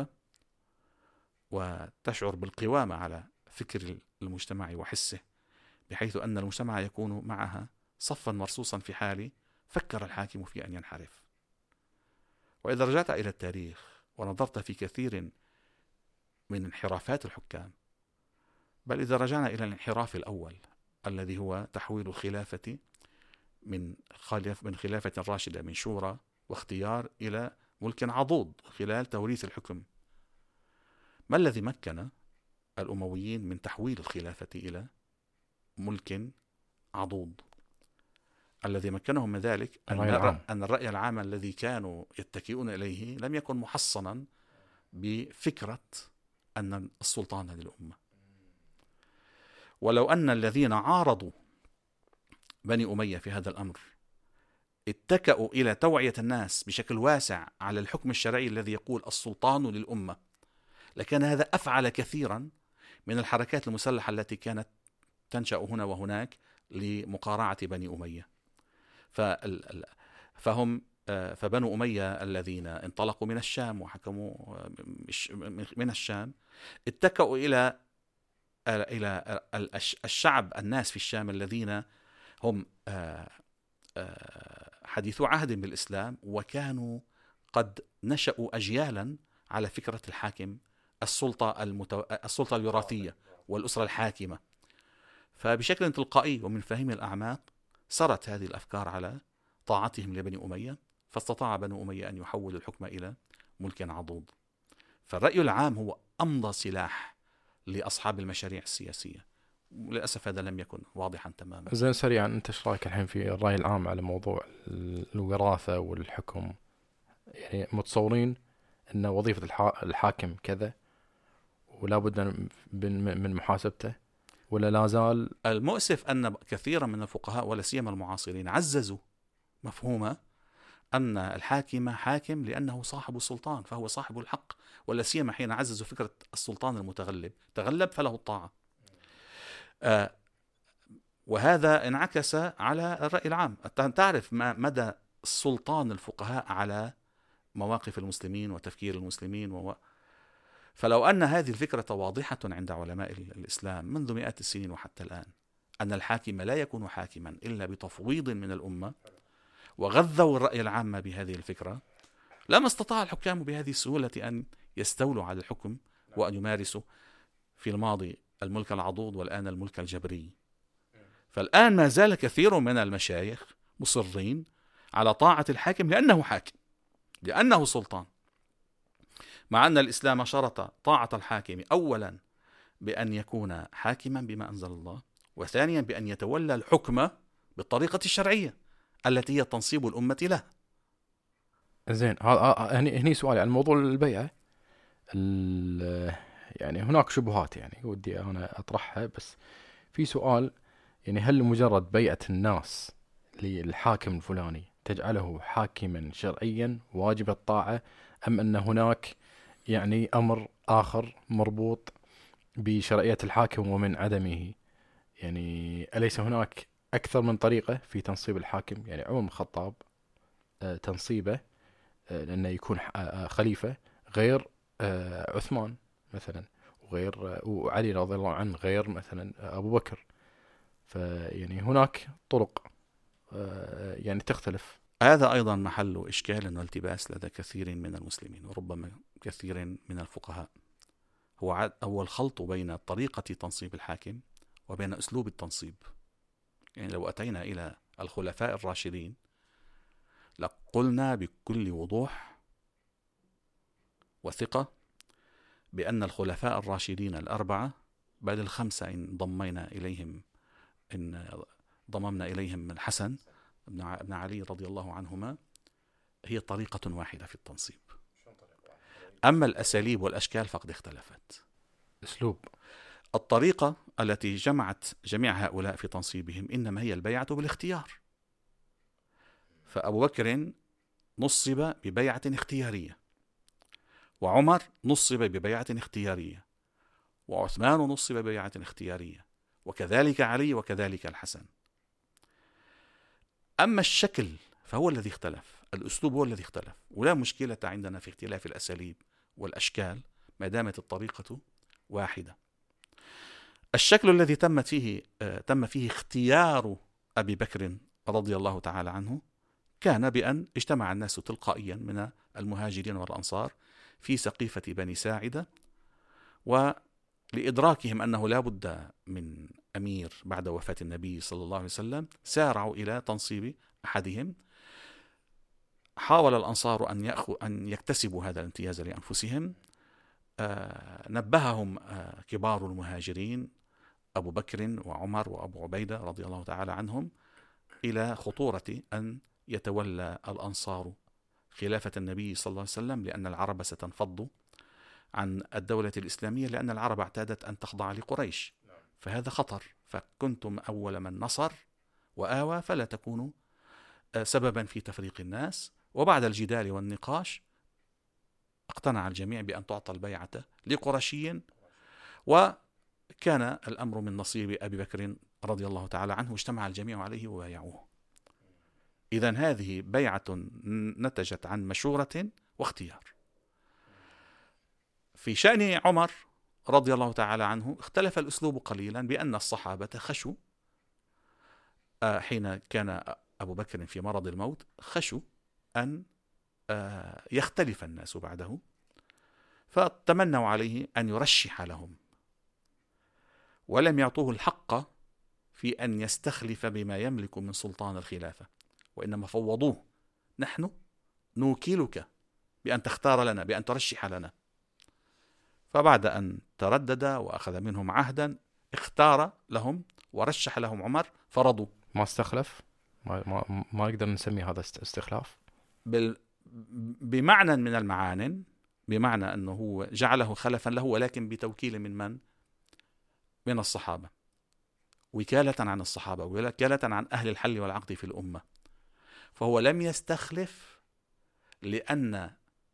وتشعر بالقوامة على فكر المجتمع وحسه، بحيث أن المجتمع يكون معها صفا مرصوصا في حال فكر الحاكم في أن ينحرف. وإذا رجعت إلى التاريخ ونظرت في كثير من انحرافات الحكام، بل إذا رجعنا إلى الانحراف الأول الذي هو تحويل الخلافة من من خلافة راشدة من شورى واختيار إلى ملك عضوض خلال توريث الحكم، ما الذي مكن الأمويين من تحويل الخلافة إلى ملك عضوض؟ الذي مكنهم من ذلك أن, أن الرأي العام الذي كانوا يتكئون إليه لم يكن محصنا بفكرة أن السلطان للأمة. ولو أن الذين عارضوا بني أمية في هذا الأمر اتكأوا إلى توعية الناس بشكل واسع على الحكم الشرعي الذي يقول السلطان للأمة، لكان هذا أفعل كثيرا من الحركات المسلحة التي كانت تنشأ هنا وهناك لمقارعة بني أمية. فهم فبنو أمية الذين انطلقوا من الشام وحكموا من الشام اتكأوا إلى إلى الشعب الناس في الشام الذين هم حديثو عهد بالإسلام، وكانوا قد نشأوا أجيالا على فكرة الحاكم السلطة المتو... السلطة الوراثية والأسرة الحاكمة. فبشكل تلقائي ومن فهم الأعماق سرت هذه الأفكار على طاعتهم لبني أمية، فاستطاع بنو أمية أن يحولوا الحكم إلى ملك عضوض. فالرأي العام هو أمضى سلاح لأصحاب المشاريع السياسية، وللأسف هذا لم يكن واضحا تماما. زين سريعا، أنت ايش رايك الحين في الرأي العام على موضوع الوراثة والحكم؟ يعني متصورين أن وظيفة الحاكم كذا ولا بد من محاسبته، ولا لا زال؟ المؤسف أن كثيرا من الفقهاء ولا سيما المعاصرين عززوا مفهوم أن الحاكم حاكم لأنه صاحب السلطان فهو صاحب الحق، ولا سيما حين عززوا فكرة السلطان المتغلب، تغلب فله الطاعة. آه وهذا انعكس على الرأي العام. تعرف ما مدى سلطان الفقهاء على مواقف المسلمين وتفكير المسلمين و... فلو أن هذه الفكرة واضحة عند علماء الإسلام منذ مئات السنين وحتى الآن، أن الحاكم لا يكون حاكما إلا بتفويض من الأمة، وغذوا الرأي العام بهذه الفكرة، لما استطاع الحكام بهذه السهولة أن يستولوا على الحكم وأن يمارسوا في الماضي الملك العضوض والآن الملك الجبري. فالآن ما زال كثير من المشايخ مصرين على طاعة الحاكم لأنه حاكم، لأنه سلطان، مع أن الإسلام شرط طاعة الحاكم أولا بأن يكون حاكما بما أنزل الله، وثانيا بأن يتولى الحكم بالطريقة الشرعية التي هي تنصيب الأمة له. زين، هني هني سؤالي عن موضوع البيعة. يعني هناك شبهات يعني ودي أنا أطرحها، بس في سؤال، يعني هل مجرد بيعة الناس للحاكم الفلاني تجعله حاكما شرعيا واجب الطاعة، أم أن هناك يعني أمر آخر مربوط بشرعية الحاكم ومن عدمه؟ يعني أليس هناك أكثر من طريقة في تنصيب الحاكم؟ يعني عمر بن الخطاب تنصيبه لأنه يكون خليفة غير عثمان مثلا، وغير وعلي رضي الله عنه غير مثلا أبو بكر. فيعني هناك طرق يعني تختلف. هذا أيضا محل إشكال والتباس لدى كثير من المسلمين وربما كثير من الفقهاء، هو هو الخلط بين طريقة تنصيب الحاكم وبين أسلوب التنصيب. يعني لو أتينا إلى الخلفاء الراشدين لقلنا بكل وضوح وثقة بأن الخلفاء الراشدين الأربعة بل الخمسة إن ضمينا إليهم إن ضممنا إليهم الحسن بن علي رضي الله عنهما هي طريقة واحدة في التنصيب. أما الأساليب والأشكال فقد اختلفت. أسلوب الطريقة التي جمعت جميع هؤلاء في تنصيبهم إنما هي البيعة بالاختيار. فأبو بكر نصب ببيعة اختيارية، وعمر نصب ببيعة اختيارية، وعثمان نصب ببيعة اختيارية، وكذلك علي، وكذلك الحسن. أما الشكل فهو الذي اختلف، الأسلوب هو الذي اختلف، ولا مشكلة عندنا في اختلاف الأساليب والأشكال ما دامت الطريقة واحدة. الشكل الذي تم فيه تم فيه اختيار أبي بكر رضي الله تعالى عنه كان بأن اجتمع الناس تلقائيا من المهاجرين والأنصار في سقيفة بني ساعدة، ولإدراكهم أنه لا بد من أمير بعد وفاة النبي صلى الله عليه وسلم سارعوا إلى تنصيب أحدهم. حاول الأنصار أن يأخذ أن يكتسبوا هذا الامتياز لأنفسهم. آه نبههم آه كبار المهاجرين أبو بكر وعمر وأبو عبيدة رضي الله تعالى عنهم إلى خطورة أن يتولى الأنصار خلافة النبي صلى الله عليه وسلم، لأن العرب ستنفض عن الدولة الإسلامية، لأن العرب اعتادت أن تخضع لقريش، فهذا خطر. فكنتم أول من نصر وآوى فلا تكونوا سببا في تفريق الناس. وبعد الجدال والنقاش اقتنع الجميع بأن تعطى البيعة لقرشي، وكان الأمر من نصيب أبي بكر رضي الله تعالى عنه، اجتمع الجميع عليه وبايعوه. إذن هذه بيعة نتجت عن مشورة واختيار. في شأن عمر رضي الله تعالى عنه اختلف الأسلوب قليلا، بأن الصحابة خشوا حين كان أبو بكر في مرض الموت، خشوا أن يختلف الناس بعده، فتمنوا عليه أن يرشح لهم، ولم يعطوه الحق في أن يستخلف بما يملك من سلطان الخلافة، وإنما فوضوه: نحن نوكلك بأن تختار لنا، بأن ترشح لنا. فبعد أن تردد وأخذ منهم عهدا اختار لهم ورشح لهم عمر فرضوا. ما استخلف، ما, ما, ما نقدر نسمي هذا استخلاف بال... بمعنى من المعان، بمعنى أنه هو جعله خلفا له، ولكن بتوكيل من من؟ من الصحابة، وكالة عن الصحابة، وكالة عن أهل الحل والعقد في الأمة. فهو لم يستخلف لأن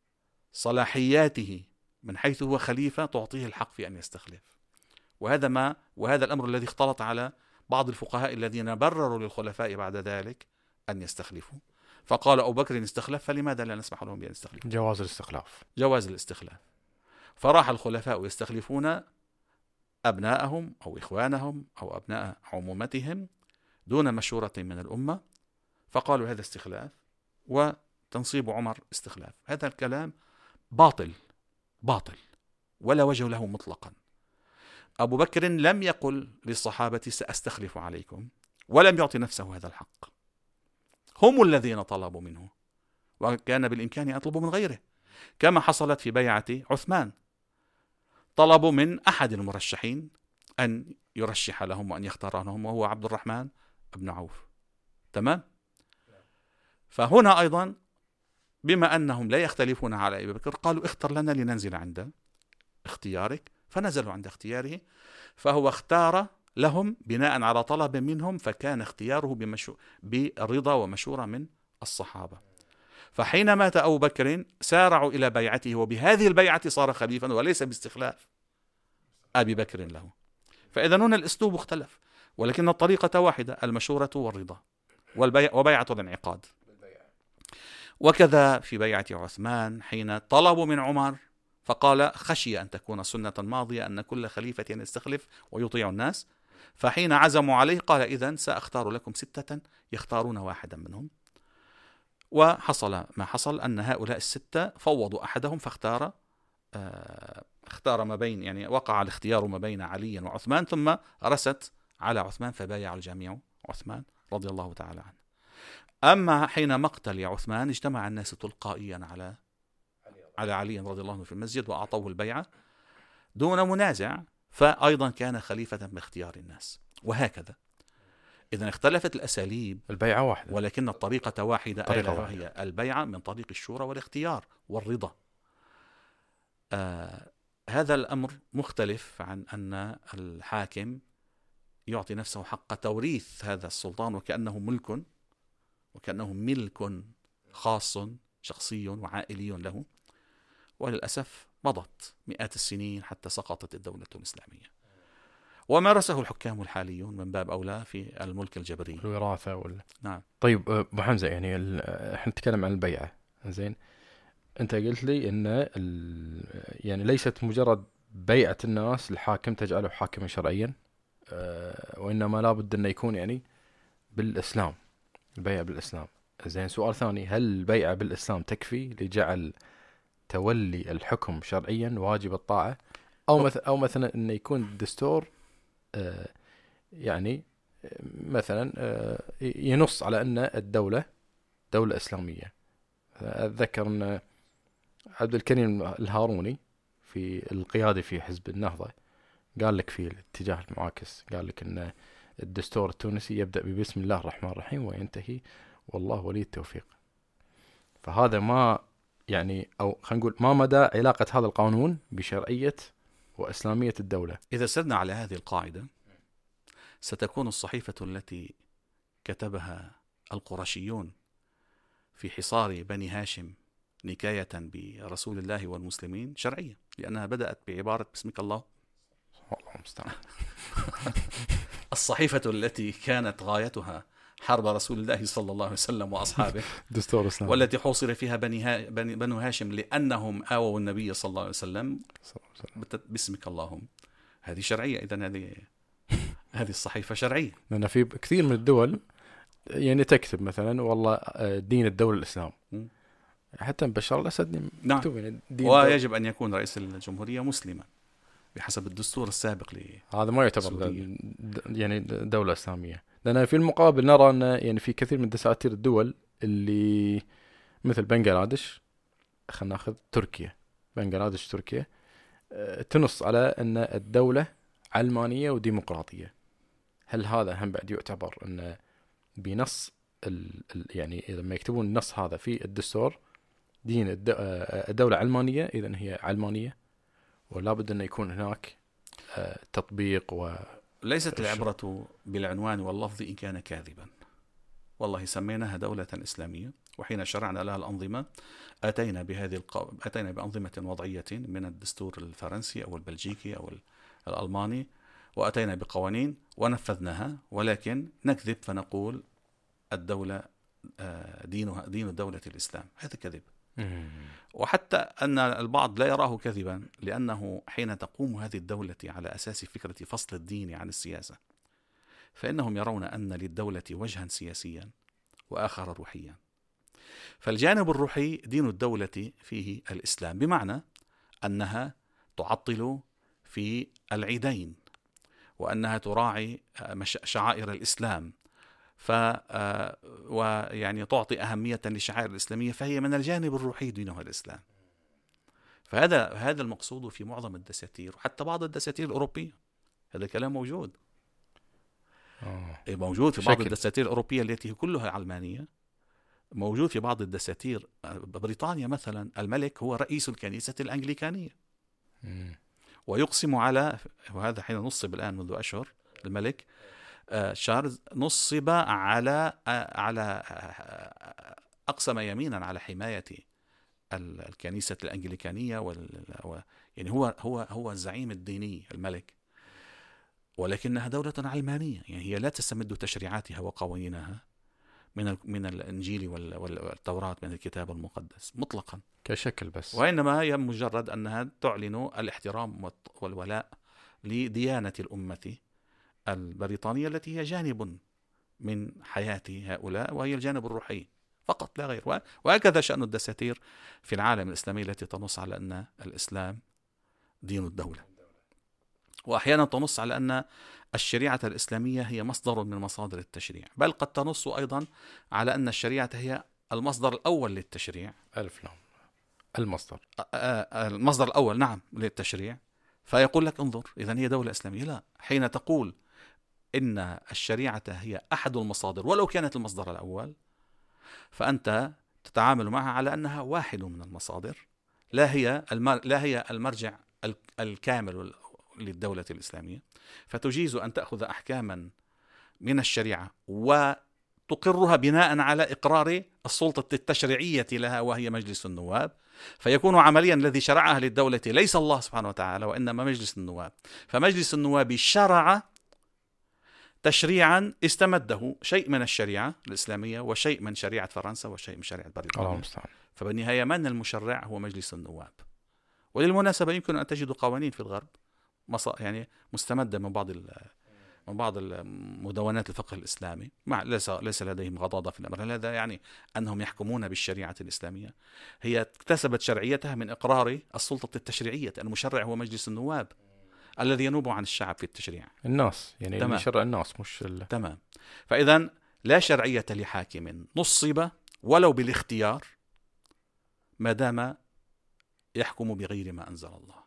صلاحياته من حيث هو خليفة تعطيه الحق في أن يستخلف. وهذا ما وهذا الأمر الذي اختلط على بعض الفقهاء الذين برروا للخلفاء بعد ذلك أن يستخلفوا، فقال أبو بكر استخلف، فلماذا لا نسمح لهم بأن يستخلفوا؟ جواز الاستخلاف، جواز الاستخلاف. فراح الخلفاء يستخلفون أبناءهم أو إخوانهم أو أبناء عمومتهم دون مشورة من الأمة، فقالوا هذا استخلاف، وتنصيب عمر استخلاف. هذا الكلام باطل باطل ولا وجه له مطلقا. أبو بكر لم يقل للصحابة سأستخلف عليكم، ولم يعطي نفسه هذا الحق، هم الذين طلبوا منه، وكان بالإمكان أن يطلبوا من غيره، كما حصلت في بيعة عثمان. طلبوا من أحد المرشحين أن يرشح لهم وأن يختار لهم، وهو عبد الرحمن بن عوف. تمام؟ فهنا أيضا بما أنهم لا يختلفون على أبي بكر قالوا اختر لنا لننزل عند اختيارك، فنزلوا عند اختياره، فهو اختار لهم بناء على طلب منهم، فكان اختياره بمشو... برضا ومشورة من الصحابة. فحين مات أبو بكر سارعوا إلى بيعته، وبهذه البيعة صار خليفا وليس باستخلاف أبي بكر له. فإذا هنا الأسلوب اختلف، ولكن الطريقة واحدة، المشورة والرضا والبيع وبيعة الانعقاد. وكذا في بيعة عثمان حين طلبوا من عمر فقال خشي أن تكون سنة ماضية أن كل خليفة يستخلف ويطيع الناس، فحين عزموا عليه قال إذن سأختار لكم ستة، يختارون واحدا منهم. وحصل ما حصل، أن هؤلاء الستة فوضوا أحدهم فاختار آه اختار ما بين، يعني وقع الاختيار ما بين علي وعثمان، ثم رست على عثمان فبايع الجميع عثمان رضي الله تعالى عنه. أما حين مقتل عثمان اجتمع الناس تلقائيا على على علي رضي الله عنه في المسجد وأعطوه البيعة دون منازع، فأيضا كان خليفة باختيار الناس. وهكذا إذا اختلفت الأساليب، البيعة واحدة ولكن الطريقة واحدة، طريقة ألا واحدة. وهي البيعة من طريق الشورى والاختيار والرضا. آه هذا الأمر مختلف عن أن الحاكم يعطي نفسه حق توريث هذا السلطان وكأنه ملك، وكأنه ملك خاص شخصي وعائلي له. وللأسف مضت مئات السنين حتى سقطت الدولة الإسلامية، ومارسه الحكام الحاليون من باب أولى في الملك الجبري، الوراثة ولا. نعم. طيب أبو حمزة، يعني احنا نتكلم عن البيعة، زين. أنت قلت لي إن يعني ليست مجرد بيعة الناس الحاكم تجعله حاكما شرعيا، أه وإنما لابد أن يكون يعني بالإسلام، البيعة بالإسلام. زين، سؤال ثاني، هل البيعة بالإسلام تكفي لجعل تولي الحكم شرعيا واجب الطاعة، أو مثلا أو مثلا إنه يكون الدستور آه يعني مثلا آه ينص على أن الدولة دولة إسلامية. أتذكر أن عبد الكريم الهاروني في القيادي في حزب النهضة قال لك في الاتجاه المعاكس، قال لك أن الدستور التونسي يبدأ ببسم الله الرحمن الرحيم وينتهي والله ولي التوفيق. فهذا ما يعني، أو خلينا نقول ما مدى علاقة هذا القانون بشرعية وإسلامية الدولة؟ إذا سرنا على هذه القاعدة ستكون الصحيفة التي كتبها القرشيون في حصار بني هاشم نكاية برسول الله والمسلمين شرعية، لأنها بدأت بعبارة بسمك الله والله المستعان. الصحيفة التي كانت غايتها حرب رسول الله صلى الله عليه وسلم وأصحابه دستور إسلامي، والتي حوصر فيها بني, ها بني بنو هاشم لأنهم آووا النبي صلى الله عليه وسلم باسمك اللهم، هذه شرعية. إذن هذه هذه الصحيفة شرعية، لأن في كثير من الدول يعني تكتب مثلا والله دين الدولة الإسلام، حتى بشار الأسد مكتوب يعني دين، ويجب أن يكون رئيس الجمهورية مسلما بحسب الدستور السابق ل هذا ما يعتبر يعني دولة إسلامية. لأن في المقابل نرى أن يعني في كثير من دساتير الدول اللي مثل بنغلاديش، خلينا ناخذ تركيا، بنغلاديش تركيا تنص على أن الدولة علمانية وديمقراطية. هل هذا هم بعد يعتبر أن بنص ال يعني إذا ما يكتبون النص هذا في الدستور دين الدولة علمانية، إذن هي علمانية، ولا بد أن يكون هناك تطبيق؟ و ليست العبرة بالعنوان واللفظ إن كان كاذبا. والله سميناها دولة إسلامية، وحين شرعنا لها الأنظمة أتينا بهذه الق... أتينا بأنظمة وضعية من الدستور الفرنسي أو البلجيكي أو الألماني، وأتينا بقوانين ونفذناها، ولكن نكذب فنقول الدولة دينها دين الدولة الإسلام. هذا كذب. وحتى أن البعض لا يراه كذبا، لأنه حين تقوم هذه الدولة على أساس فكرة فصل الدين عن السياسة، فإنهم يرون أن للدولة وجها سياسيا وآخر روحيا. فالجانب الروحي دين الدولة فيه الإسلام، بمعنى أنها تعطل في العيدين، وأنها تراعي شعائر الإسلام، ف ويعني تعطي أهمية للشعائر الإسلامية، فهي من الجانب الروحي دينها الإسلام. فهذا هذا المقصود في معظم الدساتير، وحتى بعض الدساتير الأوروبية هذا الكلام موجود. أوه. موجود في بعض شكل. الدساتير الأوروبية التي كلها علمانية، موجود في بعض الدساتير. بريطانيا مثلا الملك هو رئيس الكنيسة الأنجليكانية، مم. ويقسم على، وهذا حين نصب الآن منذ أشهر، الملك شارلز نصب على على أقسم يمينا على حماية الكنيسة الأنجليكانية، وال يعني هو هو هو الزعيم الديني الملك، ولكنها دولة علمانية. يعني هي لا تستمد تشريعاتها وقوانينها من من الإنجيل والتوراة، من الكتاب المقدس مطلقا كشكل بس، وإنما هي مجرد أنها تعلن الاحترام والولاء لديانة الأمة البريطانية التي هي جانب من حياة هؤلاء، وهي الجانب الروحي فقط لا غير. وهكذا شأن الدساتير في العالم الإسلامي التي تنص على أن الإسلام دين الدولة، وأحيانا تنص على أن الشريعة الإسلامية هي مصدر من مصادر التشريع، بل قد تنص أيضا على أن الشريعة هي المصدر الأول للتشريع. ألف لام المصدر المصدر الأول نعم للتشريع. فيقول لك انظر، إذن هي دولة إسلامية. لا، حين تقول إن الشريعة هي أحد المصادر ولو كانت المصدر الأول، فأنت تتعامل معها على أنها واحد من المصادر، لا هي لا هي المرجع الكامل للدولة الإسلامية. فتجيز أن تأخذ أحكاما من الشريعة وتقرها بناء على إقرار السلطة التشريعية لها وهي مجلس النواب، فيكون عمليا الذي شرعها للدولة ليس الله سبحانه وتعالى وإنما مجلس النواب. فمجلس النواب شرع تشريعا استمده شيء من الشريعة الإسلامية وشيء من شريعة فرنسا وشيء من شريعة بريطانيا. فبالنهاية من المشرع هو مجلس النواب. وللمناسبة يمكن أن تجد قوانين في الغرب يعني مستمدة من بعض من بعض مدونات الفقه الإسلامي، مع ليس ليس لديهم غضاضة في الأمر هذا، يعني أنهم يحكمون بالشريعة الإسلامية، هي اكتسبت شرعيتها من إقرار السلطة التشريعية. المشرع هو مجلس النواب الذي ينوب عن الشعب في التشريع، الناس يعني اللي يشرع الناس مش ال... تمام. فإذا لا شرعية لحاكم نصب ولو بالاختيار ما دام يحكم بغير ما أنزل الله،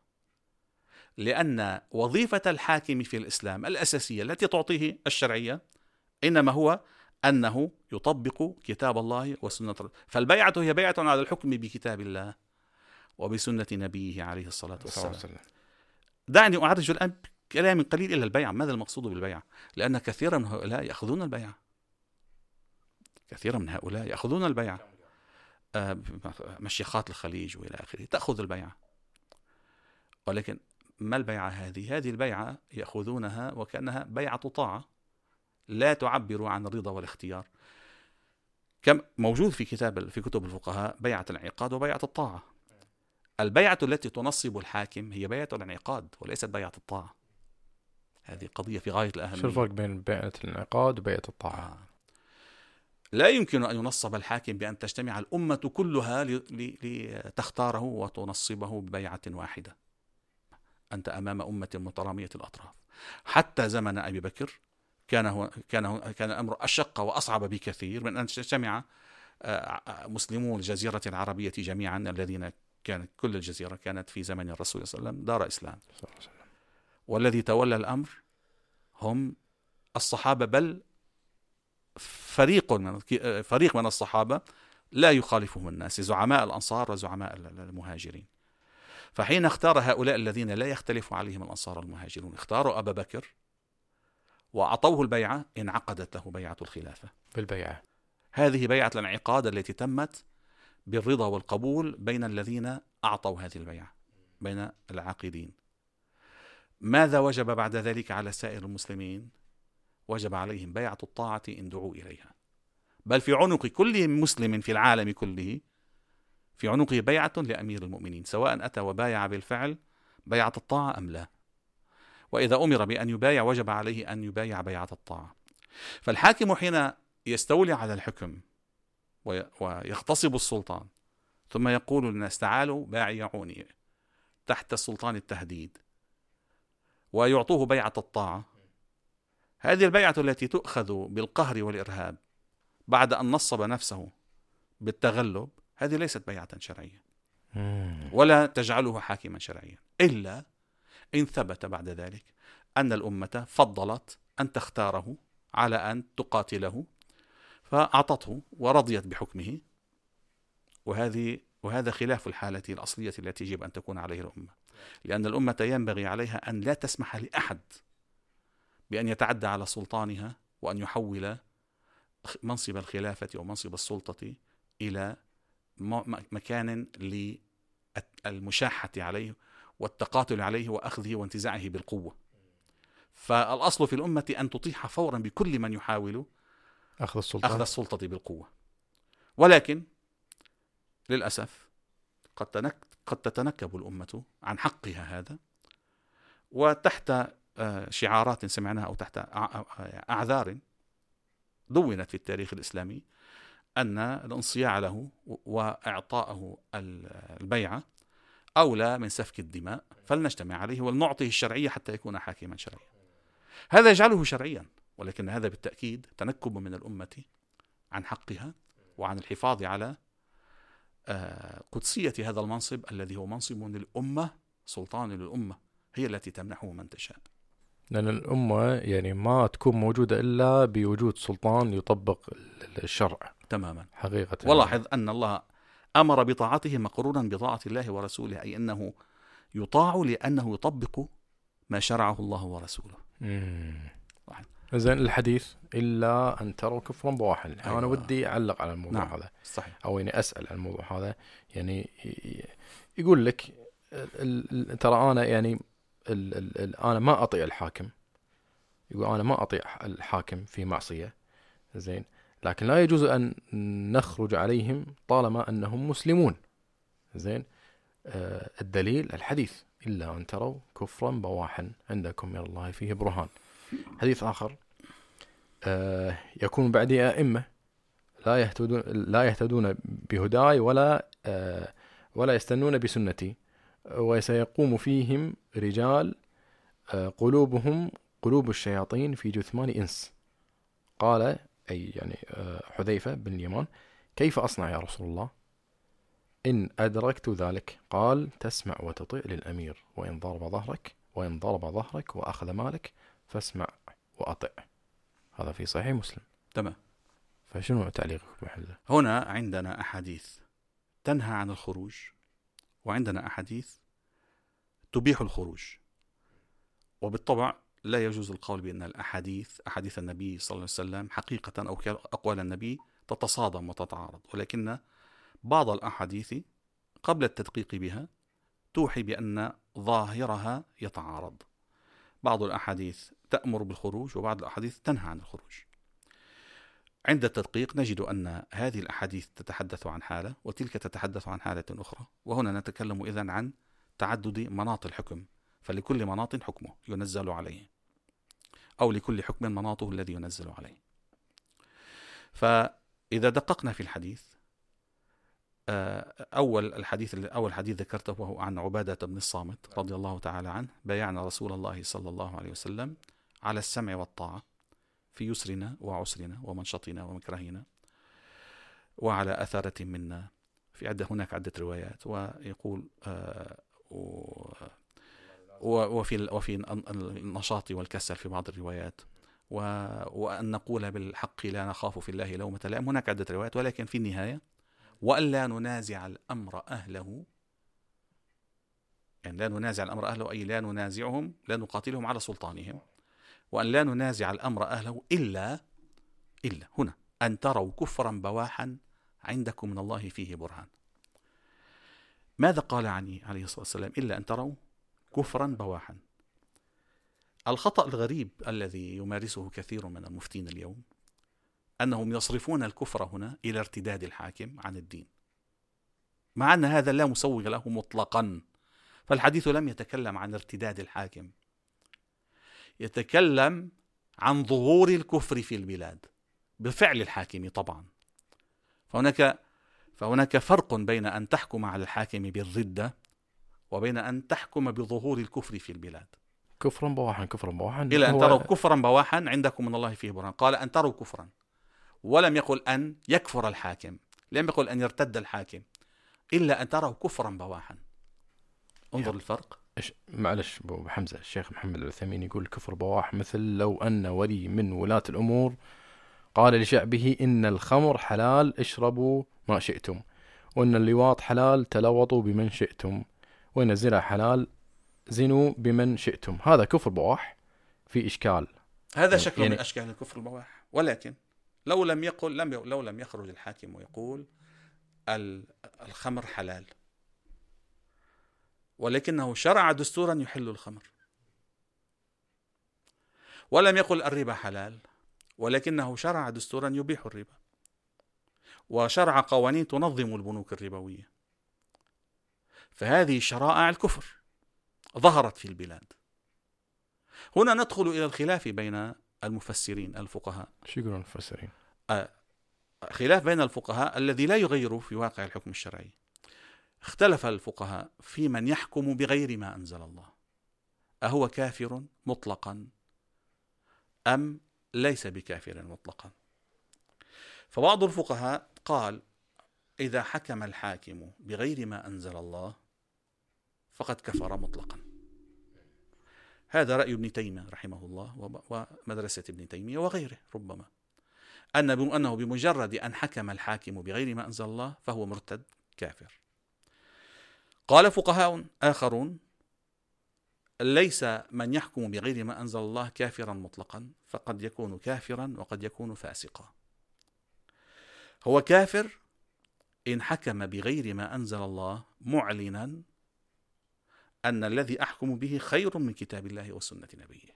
لأن وظيفة الحاكم في الإسلام الأساسية التي تعطيه الشرعية إنما هو أنه يطبق كتاب الله وسنة الله. فالبيعة هي بيعة على الحكم بكتاب الله وبسنة نبيه عليه الصلاة والسلام. دعني أعرج الآن كلام قليل إلى البيعة. ماذا المقصود بالبيعة؟ لأن كثيرا من هؤلاء يأخذون البيعة، كثيرا من هؤلاء يأخذون البيعة، مشيخات الخليج وإلى آخره تأخذ البيعة، ولكن ما البيعة هذه؟ هذه البيعة يأخذونها وكأنها بيعة طاعة لا تعبر عن الرضا والاختيار، كم موجود في كتاب في كتب الفقهاء بيعة الانعقاد وبيعة الطاعة. البيعة التي تنصب الحاكم هي بيعة الانعقاد وليست بيعة الطاعة. هذه قضية في غاية الأهمية. شو الفرق بين بيعة الانعقاد وبيعة الطاعة؟ آه. لا يمكن أن ينصب الحاكم بأن تجتمع الأمة كلها لتختاره وتنصبه ببيعة واحدة. أنت أمام أمة مترامية الأطراف. حتى زمن أبي بكر كان هو كان هو كان الأمر أشق وأصعب بكثير من أن تجتمع مسلمو الجزيرة العربية جميعا، الذين كانت كل الجزيرة كانت في زمن الرسول صلى الله عليه وسلم دار إسلام، والذي تولى الأمر هم الصحابة، بل فريق من فريق من الصحابة لا يخالفهم الناس، زعماء الأنصار وزعماء المهاجرين. فحين اختار هؤلاء الذين لا يختلف عليهم الأنصار والمهاجرون، اختاروا أبا بكر وأعطوه البيعة، انعقدت له بيعة الخلافة بالبيعة. هذه بيعة الانعقاد التي تمت بالرضا والقبول بين الذين أعطوا هذه البيعة، بين العاقدين. ماذا وجب بعد ذلك على سائر المسلمين؟ وجب عليهم بيعة الطاعة إن دعوا إليها، بل في عنق كل مسلم في العالم كله في عنقه بيعة لأمير المؤمنين، سواء أتى وبايع بالفعل بيعة الطاعة أم لا. وإذا أمر بأن يبايع وجب عليه أن يبايع بيعة الطاعة. فالحاكم حين يستولي على الحكم ويغتصب السلطان ثم يقول للناس تعالوا بايعوني تحت سلطان التهديد ويعطوه بيعة الطاعة، هذه البيعة التي تؤخذ بالقهر والإرهاب بعد أن نصب نفسه بالتغلب، هذه ليست بيعة شرعية ولا تجعله حاكما شرعيا، إلا إن ثبت بعد ذلك أن الأمة فضلت أن تختاره على أن تقاتله فأعطته ورضيت بحكمه. وهذه وهذا خلاف الحالة الأصلية التي يجب أن تكون عليه الأمة، لأن الأمة ينبغي عليها أن لا تسمح لأحد بأن يتعدى على سلطانها وأن يحول منصب الخلافة ومنصب السلطة إلى مكان للمشاحة عليه والتقاتل عليه وأخذه وانتزاعه بالقوة. فالأصل في الأمة أن تطيح فورا بكل من يحاول أخذ السلطة, أخذ السلطة بالقوة. ولكن للأسف قد قد تتنكب الأمة عن حقها هذا، وتحت شعارات سمعناها أو تحت أعذار دونت في التاريخ الإسلامي أن الانصياع له وإعطاءه البيعة أولى من سفك الدماء، فلنجتمع عليه ولنعطيه الشرعية حتى يكون حاكما شرعيا. هذا يجعله شرعيا، ولكن هذا بالتأكيد تنكب من الأمة عن حقها وعن الحفاظ على قدسية هذا المنصب الذي هو منصب للأمة، سلطان للأمة، هي التي تمنحه من تشاء. لأن الأمة يعني ما تكون موجودة إلا بوجود سلطان يطبق الشرع تماما حقيقة. ولاحظ أن الله أمر بطاعته مقرونا بطاعة الله ورسوله، أي أنه يطاع لأنه يطبق ما شرعه الله ورسوله. زين الحديث إلا أن تروا كفرا بواحا. أيوة. أنا ودي أعلق على الموضوع نعم. هذا صحيح. أو يعني أسأل عن الموضوع هذا. يعني يقول لك ترى أنا يعني ال ال ال أنا ما أطيع الحاكم، يقول أنا ما أطيع الحاكم في معصية، زين، لكن لا يجوز أن نخرج عليهم طالما أنهم مسلمون، زين. آه الدليل الحديث إلا أن تروا كفرا بواحا عندكم من الله فيه برهان. حديث آخر آه يكون بعدي أئمة لا يهتدون لا يهتدون بهداي ولا آه ولا يستنون بسنتي، وسيقوم فيهم رجال آه قلوبهم قلوب الشياطين في جثمان إنس. قال أي يعني آه حذيفة بن اليمان: كيف أصنع يا رسول الله إن أدركت ذلك؟ قال: تسمع وتطيع للأمير، وإن ضرب ظهرك وإن ضرب ظهرك وأخذ مالك فاسمع وأطع. هذا في صحيح مسلم. تمام. فشنو تعليقك بحله؟ هنا عندنا أحاديث تنهى عن الخروج، وعندنا أحاديث تبيح الخروج، وبالطبع لا يجوز القول بأن الأحاديث أحاديث النبي صلى الله عليه وسلم حقيقة أو أقوال النبي تتصادم وتتعارض، ولكن بعض الأحاديث قبل التدقيق بها توحي بأن ظاهرها يتعارض. بعض الأحاديث تأمر بالخروج وبعض الأحاديث تنهى عن الخروج. عند التدقيق نجد أن هذه الأحاديث تتحدث عن حالة وتلك تتحدث عن حالة أخرى، وهنا نتكلم إذن عن تعدد مناط الحكم، فلكل مناط حكمه ينزل عليه، أو لكل حكم مناطه الذي ينزل عليه. فإذا دققنا في الحديث، أول الحديث أول حديث ذكرته وهو عن عبادة بن الصامت رضي الله تعالى عنه: بايعنا رسول الله صلى الله عليه وسلم على السمع والطاعة في يسرنا وعسرنا ومنشطنا ومكرهنا وعلى أثارة منا. في عدة هناك عدة روايات، ويقول آه وفي وفي النشاط والكسل في بعض الروايات، وأن نقول بالحق لا نخاف في الله لومة لائم. هناك عدة روايات، ولكن في النهاية وألا ننازع الأمر أهله، يعني لا ننازع الأمر أهله أي لا ننازعهم لا نقاتلهم على سلطانهم، وأن لا ننازع الأمر أهله إلا إلا هنا أن تروا كفرا بواحا عندكم من الله فيه برهان. ماذا قال عني عليه الصلاة والسلام؟ إلا أن تروا كفرا بواحا. الخطأ الغريب الذي يمارسه كثير من المفتين اليوم أنهم يصرفون الكفر هنا إلى ارتداد الحاكم عن الدين، مع أن هذا لا مسوغ له مطلقا. فالحديث لم يتكلم عن ارتداد الحاكم، يتكلم عن ظهور الكفر في البلاد بفعل الحاكم طبعا. فهناك فهناك فرق بين أن تحكم على الحاكم بالردة وبين أن تحكم بظهور الكفر في البلاد. كفرا بواحا كفرا بواحا إلى أن تروا كفرا بواحا عندكم من الله فيه برهان. قال أن تروا كفرا، ولم يقل أن يكفر الحاكم، لم يقل أن يرتد الحاكم، إلا أن تروا كفرا بواحا. انظر الفرق. معلش أبو حمزة، الشيخ محمد العثيمين يقول كفر بواح مثل لو أن ولي من ولاة الأمور قال لشعبه إن الخمر حلال اشربوا ما شئتم، وإن اللواط حلال تلوطوا بمن شئتم، وإن الزنا حلال زنوا بمن شئتم. هذا كفر بواح في إشكال، هذا شكل يعني من أشكال الكفر البواح. ولكن لو لم يقل لم لو لم يخرج الحاكم ويقول الخمر حلال، ولكنه شرع دستورا يحل الخمر، ولم يقل الربا حلال، ولكنه شرع دستورا يبيح الربا، وشرع قوانين تنظم البنوك الربوية، فهذه شرائع الكفر ظهرت في البلاد. هنا ندخل إلى الخلاف بين المفسرين الفقهاء. شو يقولون المفسرين؟ آه خلاف بين الفقهاء الذي لا يغير في واقع الحكم الشرعي. اختلف الفقهاء في من يحكم بغير ما أنزل الله، أهو كافر مطلقا أم ليس بكافر مطلقا؟ فبعض الفقهاء قال إذا حكم الحاكم بغير ما أنزل الله فقد كفر مطلقا. هذا رأي ابن تيمية رحمه الله ومدرسة ابن تيمية وغيره، ربما أنه بمجرد أن حكم الحاكم بغير ما أنزل الله فهو مرتد كافر. قال فقهاء آخرون ليس من يحكم بغير ما أنزل الله كافرا مطلقا، فقد يكون كافرا وقد يكون فاسقا. هو كافر إن حكم بغير ما أنزل الله معلنا أن الذي أحكم به خير من كتاب الله وسنة نبيه،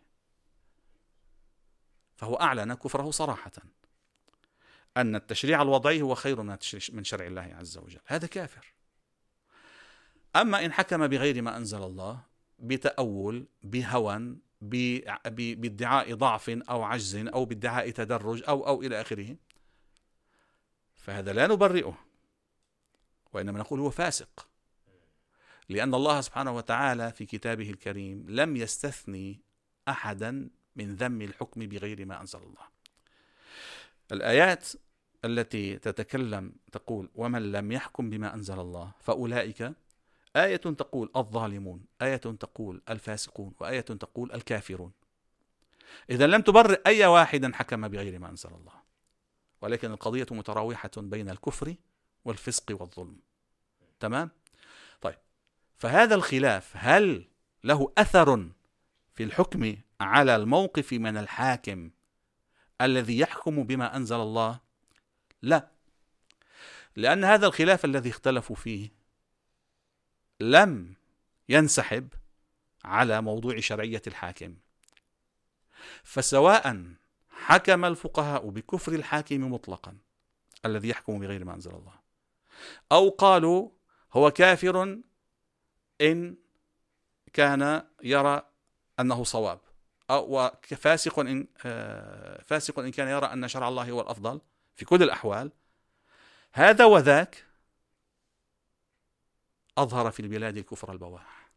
فهو أعلن كفره صراحة أن التشريع الوضعي هو خير من شرع الله عز وجل، هذا كافر. أما إن حكم بغير ما أنزل الله بتأول بهوى بادعاء ضعف أو عجز أو بادعاء تدرج أو أو إلى آخره، فهذا لا نبرئه، وإنما نقول هو فاسق، لأن الله سبحانه وتعالى في كتابه الكريم لم يستثني أحدا من ذم الحكم بغير ما أنزل الله. الآيات التي تتكلم تقول ومن لم يحكم بما أنزل الله فأولئك، آية تقول الظالمون، آية تقول الفاسقون، وآية تقول الكافرون. إذا لم تبرئ أي واحد حكم بغير ما أنزل الله، ولكن القضية متراوحة بين الكفر والفسق والظلم. تمام؟ طيب، فهذا الخلاف هل له أثر في الحكم على الموقف من الحاكم الذي يحكم بما أنزل الله؟ لا، لأن هذا الخلاف الذي اختلفوا فيه لم ينسحب على موضوع شرعية الحاكم. فسواء حكم الفقهاء بكفر الحاكم مطلقا الذي يحكم بغير ما أنزل الله، أو قالوا هو كافر إن كان يرى أنه صواب، أو فاسق إن فاسق إن كان يرى أن شرع الله هو الأفضل، في كل الأحوال هذا وذاك أظهر في البلاد الكفر البواح،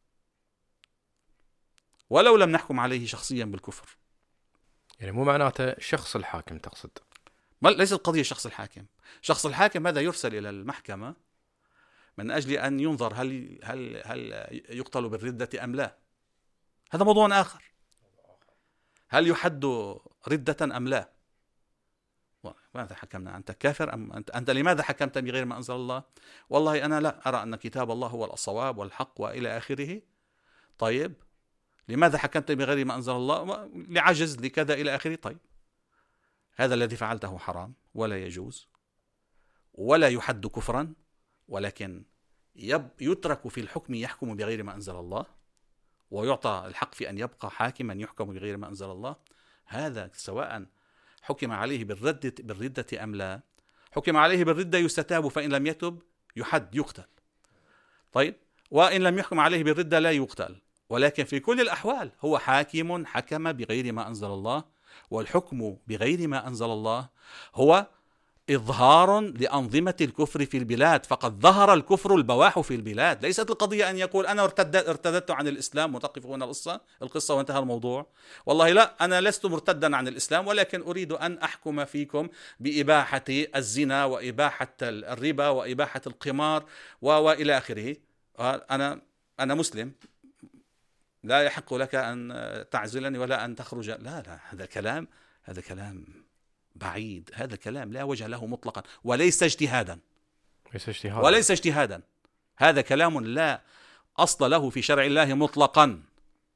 ولو لم نحكم عليه شخصيا بالكفر. يعني مو معناته شخص الحاكم تقصد؟ ليس القضية شخص الحاكم. شخص الحاكم هذا يرسل إلى المحكمة من أجل أن ينظر هل هل هل يقتل بالردة أم لا، هذا موضوع آخر. هل يحد ردة أم لا؟ ماذا حكمنا؟ أنت كافر أم أنت, أنت لماذا حكمت بغير ما أنزل الله؟ والله أنا لا أرى أن كتاب الله هو الصواب والحق وإلى آخره. طيب، لماذا حكمت بغير ما أنزل الله؟ لعجز، لكذا إلى آخره. طيب، هذا الذي فعلته حرام ولا يجوز ولا يحد كفرا، ولكن يترك في الحكم يحكم بغير ما أنزل الله، ويعطى الحق في أن يبقى حاكما يحكم بغير ما أنزل الله. هذا سواء حكم عليه بالردة, بالردة أم لا. حكم عليه بالردة يستتاب، فإن لم يتب يحد يقتل. طيب، وإن لم يحكم عليه بالردة لا يقتل، ولكن في كل الأحوال هو حاكم حكم بغير ما أنزل الله، والحكم بغير ما أنزل الله هو إظهار لأنظمة الكفر في البلاد، فقد ظهر الكفر البواح في البلاد. ليست القضية أن يقول أنا ارتدت, ارتدت عن الإسلام وتقف هنا القصة القصة وانتهى الموضوع. والله لا، أنا لست مرتدا عن الإسلام، ولكن أريد أن أحكم فيكم بإباحة الزنا وإباحة الربا وإباحة القمار وإلى آخره. أنا أنا مسلم، لا يحق لك أن تعزلني ولا أن تخرج. لا لا، هذا كلام هذا كلام بعيد، هذا كلام لا وجه له مطلقا، وليس اجتهادا ليس اجتهادا وليس اجتهادا هذا كلام لا أصل له في شرع الله مطلقا،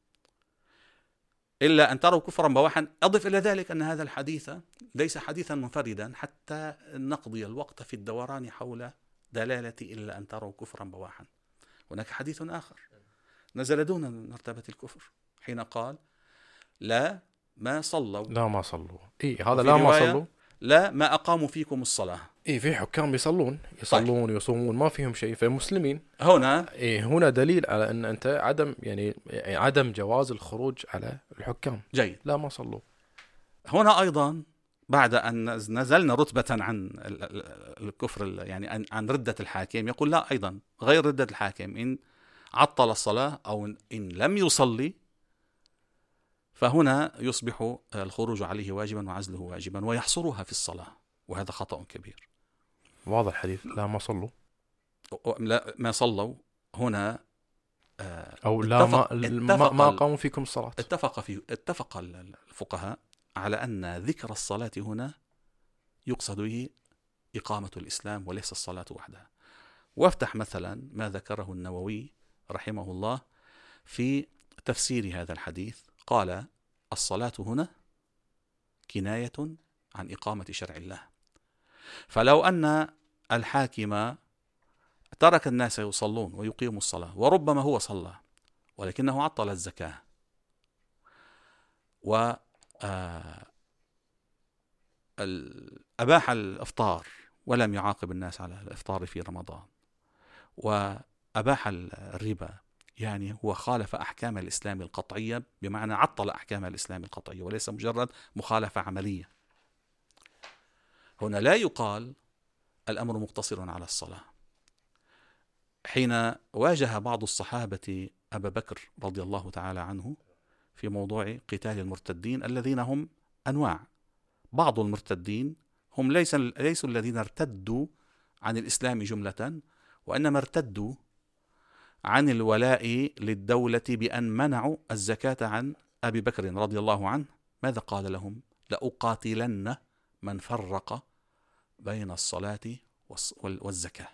إلا أن تروا كفرا بواحا. أضف إلى ذلك أن هذا الحديث ليس حديثا منفردا حتى نقضي الوقت في الدوران حول دلالة إلا أن تروا كفرا بواحا. هناك حديث آخر نزل دون مرتبة الكفر حين قال لا ما صلوا لا ما صلوا. إيه هذا لا ما صلوا لا ما أقاموا فيكم الصلاة. إيه في حكام يصلون يصلون طيب. يصومون ما فيهم شيء فالمسلمين هنا إيه هنا دليل على أن أنت عدم يعني عدم جواز الخروج على الحكام. جيد. لا ما صلوا. هنا أيضا بعد أن نزلنا رتبة عن الكفر يعني عن ردة الحاكم، يقول لا أيضا غير ردة الحاكم إن عطل الصلاة أو إن لم يصلي فهنا يصبح الخروج عليه واجبا وعزله واجبا ويحصرها في الصلاة، وهذا خطأ كبير. واضح الحديث لا ما صلوا لا ما صلوا هنا أو لا ما ما, ما قاموا فيكم الصلاة. اتفق في اتفق الفقهاء على أن ذكر الصلاة هنا يقصد به إقامة الإسلام وليس الصلاة وحدها. وافتح مثلا ما ذكره النووي رحمه الله في تفسير هذا الحديث، قال الصلاة هنا كناية عن إقامة شرع الله، فلو أن الحاكم ترك الناس يصلون ويقيموا الصلاة وربما هو صلى ولكنه عطل الزكاة و أباح الإفطار ولم يعاقب الناس على الإفطار في رمضان وأباح الربا، يعني هو خالف أحكام الإسلام القطعية، بمعنى عطل أحكام الإسلام القطعية وليس مجرد مخالفة عملية. هنا لا يقال الأمر مقتصر على الصلاة. حين واجه بعض الصحابة أبا بكر رضي الله تعالى عنه في موضوع قتال المرتدين الذين هم أنواع، بعض المرتدين هم ليس ليسوا الذين ارتدوا عن الإسلام جملة، وإنما ارتدوا عن الولاء للدولة بأن منعوا الزكاة عن أبي بكر رضي الله عنه. ماذا قال لهم؟ لأقاتلن من فرق بين الصلاة والزكاة.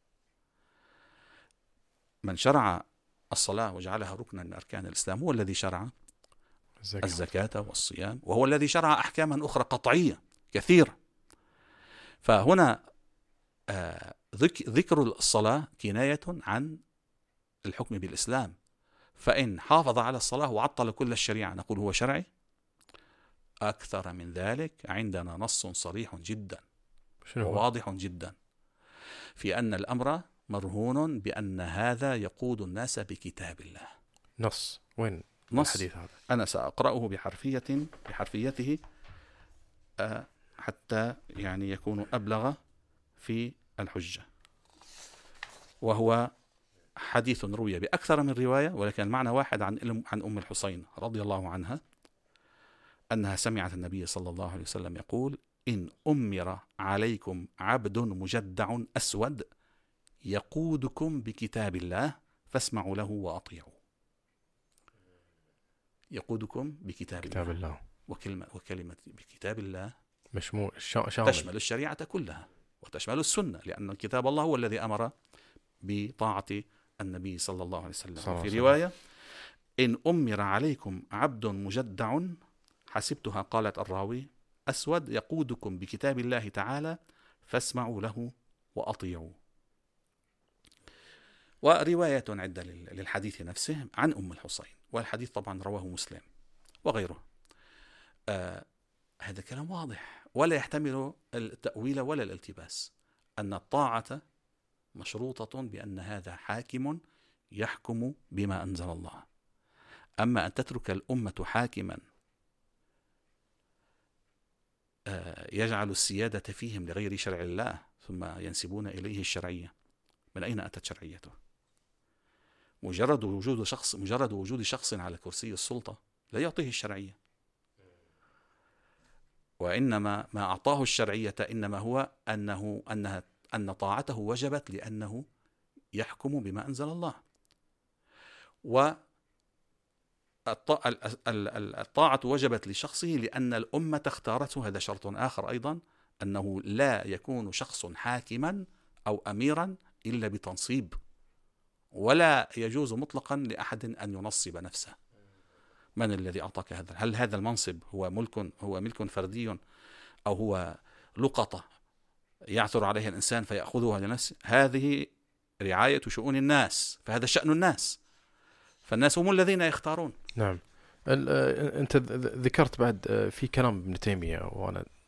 من شرع الصلاة وجعلها ركنا من أركان الإسلام هو الذي شرع الزكاة, الزكاة والصيام، وهو الذي شرع أحكاما أخرى قطعية كثيرة. فهنا ذكر الصلاة كناية عن الحكم بالإسلام، فإن حافظ على الصلاة وعطل كل الشريعة نقول هو شرعي. أكثر من ذلك عندنا نص صريح جدا وواضح جدا في أن الأمر مرهون بأن هذا يقود الناس بكتاب الله. نص وين نص الحديث هذا؟ أنا سأقرأه بحرفية بحرفيته حتى يعني يكون أبلغ في الحجة، وهو حديث روي بأكثر من رواية ولكن المعنى واحد عن عن أم الحسين رضي الله عنها أنها سمعت النبي صلى الله عليه وسلم يقول: إن أمر عليكم عبد مجدع أسود يقودكم بكتاب الله فاسمعوا له وأطيعوا. يقودكم بكتاب كتاب الله, الله. وكلمة, وكلمة بكتاب الله مشمول تشمل الشريعة كلها وتشمل السنة، لأن كتاب الله هو الذي أمر بطاعة النبي صلى الله عليه وسلم. صلى في رواية: إن أمر عليكم عبد مجدع، حسبتها قالت الراوي أسود، يقودكم بكتاب الله تعالى فاسمعوا له وأطيعوا. ورواية عدة للحديث نفسه عن أم الحسين، والحديث طبعا رواه مسلم وغيره. آه هذا كلام واضح ولا يحتمل التأويل ولا الالتباس، أن الطاعة مشروطة بأن هذا حاكم يحكم بما أنزل الله. أما أن تترك الأمة حاكما يجعل السيادة فيهم لغير شرع الله ثم ينسبون إليه الشرعية، من أين أتت شرعيته؟ مجرد وجود شخص مجرد وجود شخص على كرسي السلطة لا يعطيه الشرعية، وإنما ما أعطاه الشرعية إنما هو أنه أنها أن طاعته وجبت لأنه يحكم بما أنزل الله. والطاعة وجبت لشخصه لأن الأمة اختارته. هذا شرط آخر أيضا، أنه لا يكون شخص حاكما أو أميرا إلا بتنصيب، ولا يجوز مطلقا لأحد أن ينصب نفسه. من الذي أعطاك هذا؟ هل هذا المنصب هو ملك هو ملك فردي أو هو لقطة يعثر عليها الإنسان فيأخذها لنفسه؟ هذه رعاية شؤون الناس، فهذا شأن الناس، فالناس هم الذين يختارون. نعم. أنت ذكرت بعد في كلام ابن تيمية وأنا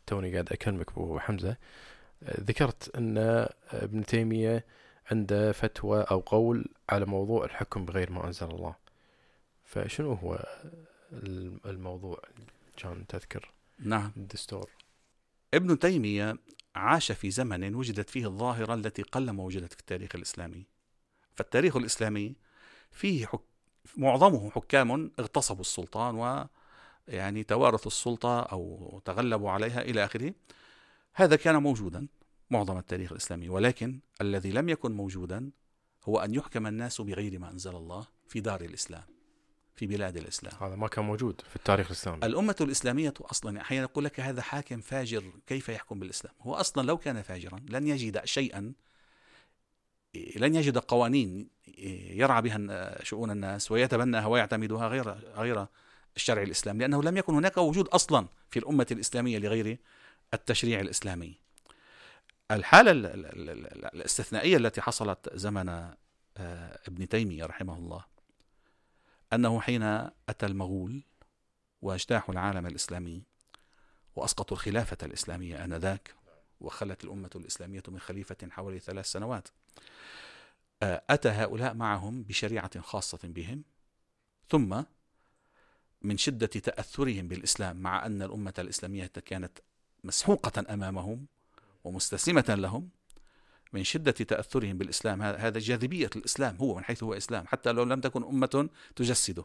توني قاعد أكلمك أبو حمزة، ذكرت أن ابن تيمية عنده فتوى أو قول على موضوع الحكم بغير ما أنزل الله، فشنو هو الموضوع كان تذكر؟ نعم، الدستور. ابن تيمية عاش في زمن وجدت فيه الظاهرة التي قلما وجدت في التاريخ الإسلامي. فالتاريخ الإسلامي فيه حك... معظمه حكام اغتصبوا السلطان ويعني توارثوا السلطة أو تغلبوا عليها إلى آخره. هذا كان موجودا معظم التاريخ الإسلامي، ولكن الذي لم يكن موجودا هو أن يحكم الناس بغير ما أنزل الله في دار الإسلام، في بلاد الإسلام. هذا ما كان موجود في التاريخ الإسلامي. الأمة الإسلامية أصلا أحيانا يقول لك هذا حاكم فاجر كيف يحكم بالإسلام. هو أصلا لو كان فاجرا لن يجد شيئا، لن يجد قوانين يرعى بها شؤون الناس ويتبناها ويعتمدها غير غير الشرع الإسلامي، لأنه لم يكن هناك وجود أصلا في الأمة الإسلامية لغير التشريع الإسلامي. الحالة الاستثنائية التي حصلت زمن ابن تيمية رحمه الله أنه حين أتى المغول واجتاحوا العالم الإسلامي وأسقطوا الخلافة الإسلامية آنذاك، وخلت الأمة الإسلامية من خليفة حوالي ثلاث سنوات، أتى هؤلاء معهم بشريعة خاصة بهم، ثم من شدة تأثرهم بالإسلام مع أن الأمة الإسلامية كانت مسحوقة أمامهم ومستسلمة لهم، من شدة تأثرهم بالإسلام، هذا جاذبية الإسلام هو من حيث هو إسلام حتى لو لم تكن أمة تجسده،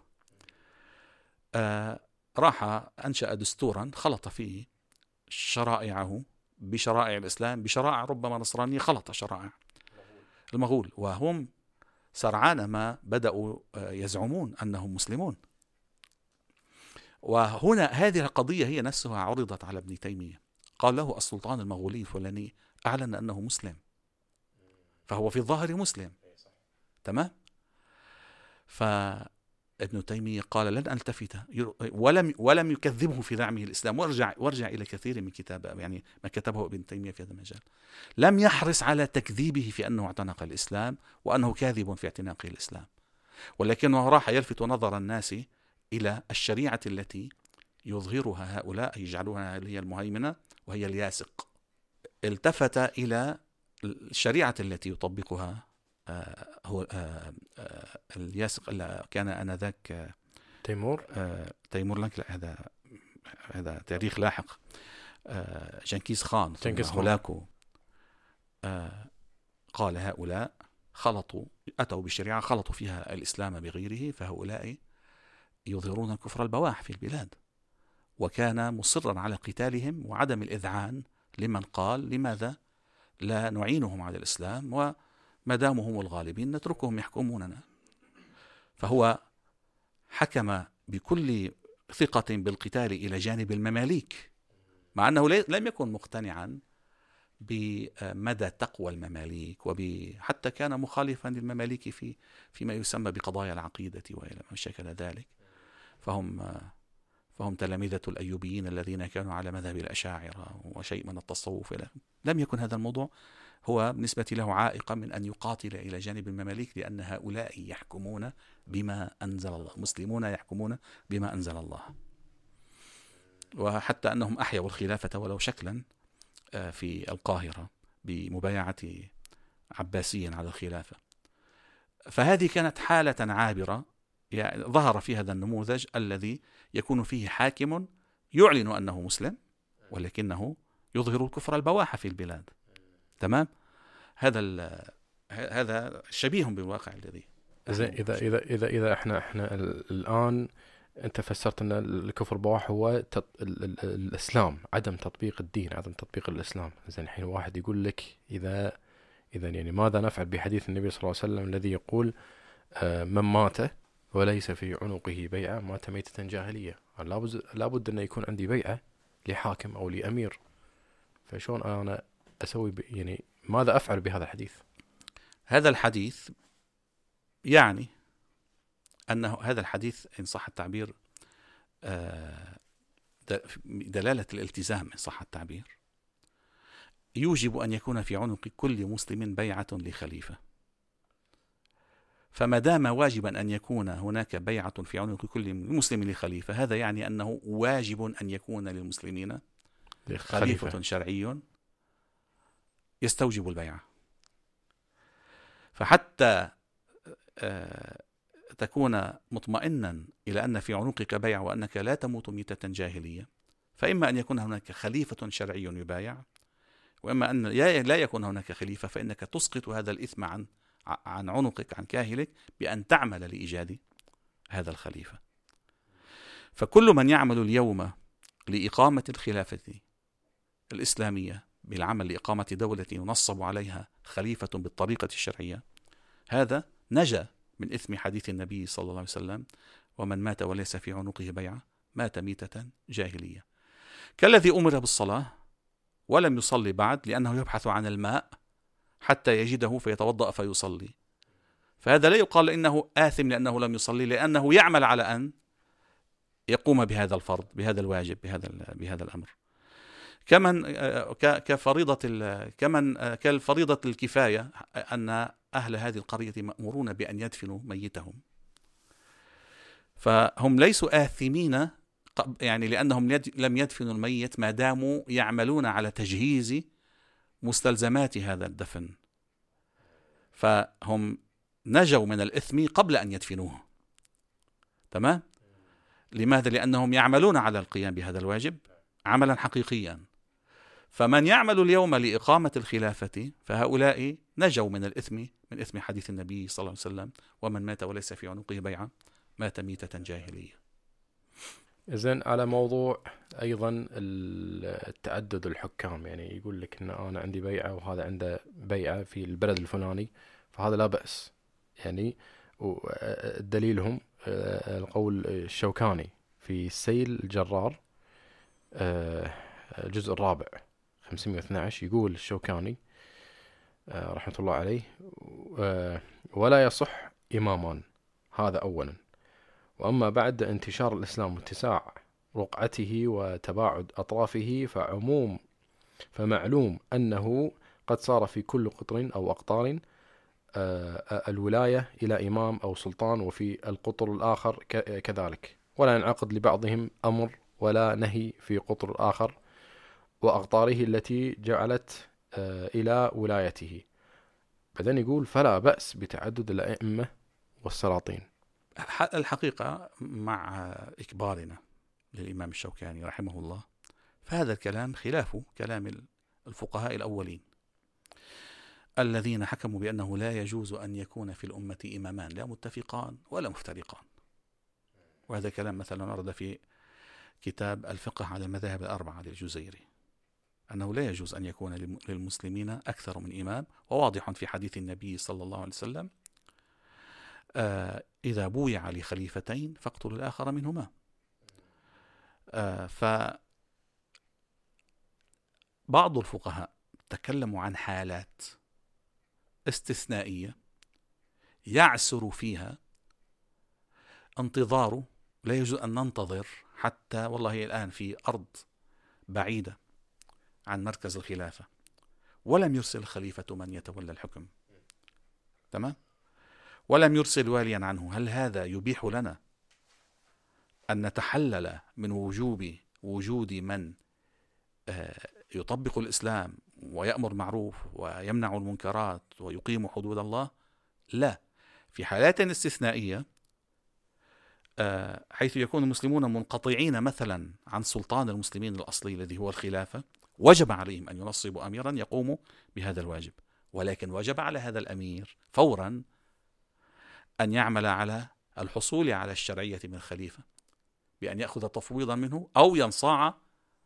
آه راح أنشأ دستورا خلط فيه شرائعه بشرائع الإسلام بشرائع ربما نصرانية، خلط شرائع المغول، وهم سرعان ما بدأوا يزعمون أنهم مسلمون. وهنا هذه القضية هي نفسها عرضت على ابن تيمية، قال له السلطان المغولي الفلاني أعلن أنه مسلم، فهو في الظاهر مسلم، تمام؟ فابن تيمية قال لن ألتفت، ولم ولم يكذبه في زعمه الإسلام. وارجع وارجع إلى كثير من كتاب يعني ما كتبه ابن تيمية في هذا المجال، لم يحرص على تكذيبه في أنه اعتنق الإسلام وأنه كاذب في اعتناقه الإسلام، ولكنه راح يلفت نظر الناس إلى الشريعة التي يظهرها هؤلاء يجعلونها هي المهيمنة وهي الياسق. التفت إلى الشريعة التي يطبقها آه هو آه آه الياسق اللي كان آنذاك آه تيمور آه تيمور لانك لا هذا هذا تاريخ لاحق، آه جنكيز خان جنكيز خان هولاكو. آه قال هؤلاء خلطوا أتوا بالشريعة خلطوا فيها الإسلام بغيره، فهؤلاء يظهرون الكفر البواح في البلاد، وكان مصرا على قتالهم وعدم الإذعان لمن قال لماذا لا نعينهم على الإسلام وما داموا هم الغالبين نتركهم يحكموننا. فهو حكم بكل ثقة بالقتال إلى جانب المماليك، مع أنه لم يكن مقتنعا بمدى تقوى المماليك، وحتى كان مخالفا للمماليك في فيما يسمى بقضايا العقيدة وإلى ما شكل ذلك. فهم فهم تلامذة الأيوبيين الذين كانوا على مذهب الأشاعرة وشيء من التصوف. لم يكن هذا الموضوع هو بالنسبة له عائقا من أن يقاتل إلى جانب المماليك، لأن هؤلاء يحكمون بما أنزل الله، مسلمون يحكمون بما أنزل الله، وحتى أنهم أحيوا الخلافة ولو شكلا في القاهرة بمبايعة عباسي على الخلافة. فهذه كانت حالة عابرة، يعني ظهر في هذا النموذج الذي يكون فيه حاكم يعلن أنه مسلم ولكنه يظهر الكفر البواح في البلاد، تمام؟ هذا هذا شبيه بالواقع الذي إذا إذا إذا إذا إذا إحنا إحنا الآن أنت فسرت أن الكفر البواح هو تط... ال... ال... الإسلام، عدم تطبيق الدين، عدم تطبيق الإسلام. زين الحين واحد يقول لك إذا إذا يعني ماذا نفعل بحديث النبي صلى الله عليه وسلم الذي يقول آه من مات وليس في عنقه بيعة مات ميتة جاهلية؟ لابد لابد أن يكون عندي بيعة لحاكم أو لأمير، فشون أنا أسوي ب... يعني ماذا أفعل بهذا الحديث؟ هذا الحديث يعني أنه هذا الحديث إن صح التعبير دلالة الالتزام إن صح التعبير يوجب أن يكون في عنق كل مسلم بيعة لخليفة. فما دام واجبا أن يكون هناك بيعة في عنق كل مسلم لخليفة، هذا يعني أنه واجب أن يكون للمسلمين خليفة شرعي يستوجب البيعة. فحتى تكون مطمئنا إلى أن في عنقك بيع وأنك لا تموت ميتة جاهلية، فإما أن يكون هناك خليفة شرعي يبايع، وإما أن لا يكون هناك خليفة، فإنك تسقط هذا الإثم عن عن عنقك، عن كاهلك، بأن تعمل لإيجاد هذا الخليفة. فكل من يعمل اليوم لإقامة الخلافة الإسلامية بالعمل لإقامة دولة ينصب عليها خليفة بالطريقة الشرعية، هذا نجا من إثم حديث النبي صلى الله عليه وسلم: ومن مات وليس في عنقه بيعة مات ميتة جاهلية. كالذي أمر بالصلاة ولم يصلي بعد لأنه يبحث عن الماء حتى يجده فيتوضأ فيصلي، فهذا لا يقال إنه آثم لأنه لم يصلي، لأنه يعمل على أن يقوم بهذا الفرض، بهذا الواجب، بهذا بهذا الأمر. كمن كفريضة كمن كالفريضة الكفاية أن أهل هذه القرية مأمورون بأن يدفنوا ميتهم، فهم ليسوا آثمين يعني لأنهم لم يدفنوا الميت ما داموا يعملون على تجهيز مستلزمات هذا الدفن، فهم نجوا من الإثم قبل أن يدفنوه. تمام؟ لماذا؟ لأنهم يعملون على القيام بهذا الواجب عملا حقيقيا. فمن يعمل اليوم لإقامة الخلافة فهؤلاء نجوا من الإثم، من إثم حديث النبي صلى الله عليه وسلم: ومن مات وليس في عنقه بيعة مات ميتة جاهلية. إذن على موضوع أيضا التعدد الحكام، يعني يقول لك إن أنا عندي بيعة وهذا عنده بيعة في البلد الفلاني، فهذا لا بأس. يعني دليلهم القول الشوكاني في سيل الجرار الجزء الرابع خمسمائة واثني عشر، يقول الشوكاني رحمة الله عليه: ولا يصح إمامان، هذا أولا. وأما بعد انتشار الإسلام واتساع رقعته وتباعد أطرافه فعموم فمعلوم أنه قد صار في كل قطر أو أقطار الولاية إلى إمام أو سلطان، وفي القطر الآخر كذلك، ولا ينعقد لبعضهم أمر ولا نهي في قطر آخر وأقطاره التي جعلت إلى ولايته. بعدين يقول: فلا بأس بتعدد الأئمة والسلاطين. الحقيقة مع إكبارنا للإمام الشوكاني رحمه الله، فهذا الكلام خلاف كلام الفقهاء الأولين الذين حكموا بأنه لا يجوز أن يكون في الأمة إمامان لا متفقان ولا مفترقان. وهذا كلام مثلا ورد في كتاب الفقه على المذاهب الأربعة للجزيري، أنه لا يجوز أن يكون للمسلمين أكثر من إمام، وواضح في حديث النبي صلى الله عليه وسلم: آه إذا بويع لخليفتين فاقتلوا الآخر منهما. آه فبعض الفقهاء تكلموا عن حالات استثنائية يعسر فيها انتظاره، لا يجوز أن ننتظر حتى والله الآن في أرض بعيدة عن مركز الخلافة ولم يرسل الخليفة من يتولى الحكم، تمام، ولم يرسل واليا عنه، هل هذا يبيح لنا أن نتحلل من وجوب وجود من يطبق الإسلام ويأمر معروف ويمنع المنكرات ويقيم حدود الله؟ لا. في حالات استثنائية حيث يكون المسلمون منقطعين مثلا عن سلطان المسلمين الأصلي الذي هو الخلافة، وجب عليهم أن ينصبوا أميرا يقوم بهذا الواجب، ولكن وجب على هذا الأمير فورا أن يعمل على الحصول على الشرعية من الخليفة بأن يأخذ تفويضا منه أو ينصاع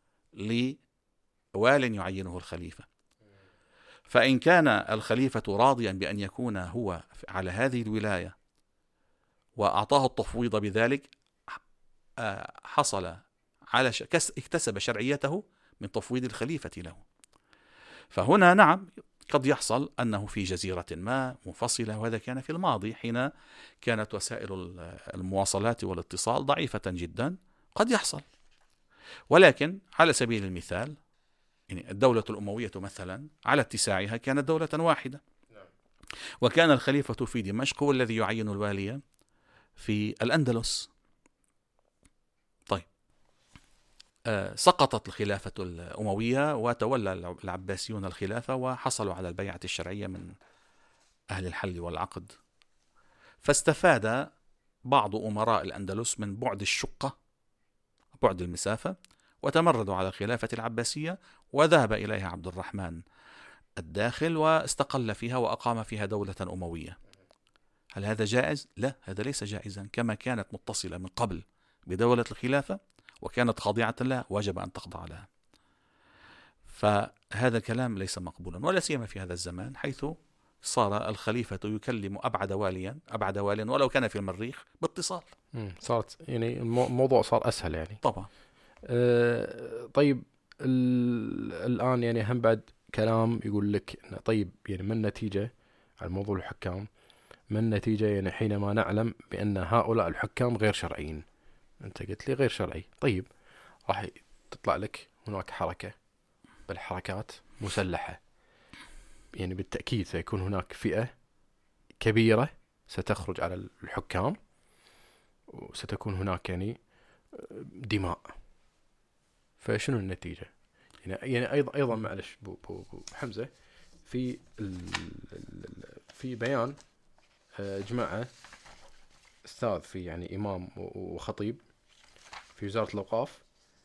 لوال يعينه الخليفة. فإن كان الخليفة راضيا بأن يكون هو على هذه الولاية وأعطاه التفويض بذلك، حصل على ش... اكتسب شرعيته من تفويض الخليفة له. فهنا نعم قد يحصل أنه في جزيرة ما منفصلة، وهذا كان في الماضي حين كانت وسائل المواصلات والاتصال ضعيفة جدا، قد يحصل. ولكن على سبيل المثال يعني الدولة الأموية مثلا على اتساعها كانت دولة واحدة، وكان الخليفة في دمشق هو الذي يعين الوالي في الأندلس. طيب سقطت الخلافة الأموية وتولى العباسيون الخلافة وحصلوا على البيعة الشرعية من أهل الحل والعقد. فاستفاد بعض أمراء الأندلس من بعد الشقة، بعد المسافة، وتمردوا على الخلافة العباسية، وذهب إليها عبد الرحمن الداخل واستقل فيها وأقام فيها دولة أموية. هل هذا جائز؟ لا، هذا ليس جائزا. كما كانت متصلة من قبل بدولة الخلافة وكانت خاضعة لها، وجب أن تخضع لها. فهذا الكلام ليس مقبولا، ولا سيما في هذا الزمان حيث صار الخليفة يكلم أبعد واليا أبعد واليا ولو كان في المريخ باتصال. صارت يعني الموضوع صار أسهل يعني. طبعا. أه طيب الآن يعني هم بعد كلام يقول لك طيب يعني من نتيجة على موضوع الحكام، من نتيجة يعني حينما نعلم بأن هؤلاء الحكام غير شرعيين. أنت قلت لي غير شرعي، طيب راح تطلع لك هناك حركة بالحركات مسلحة، يعني بالتأكيد سيكون هناك فئة كبيرة ستخرج على الحكام، وستكون هناك يعني دماء. فشنو النتيجة؟ يعني يعني أيضا أيضا معلش بو بو بو حمزة، في في بيان جماعة أستاذ في يعني إمام وخطيب في وزارة الأوقاف،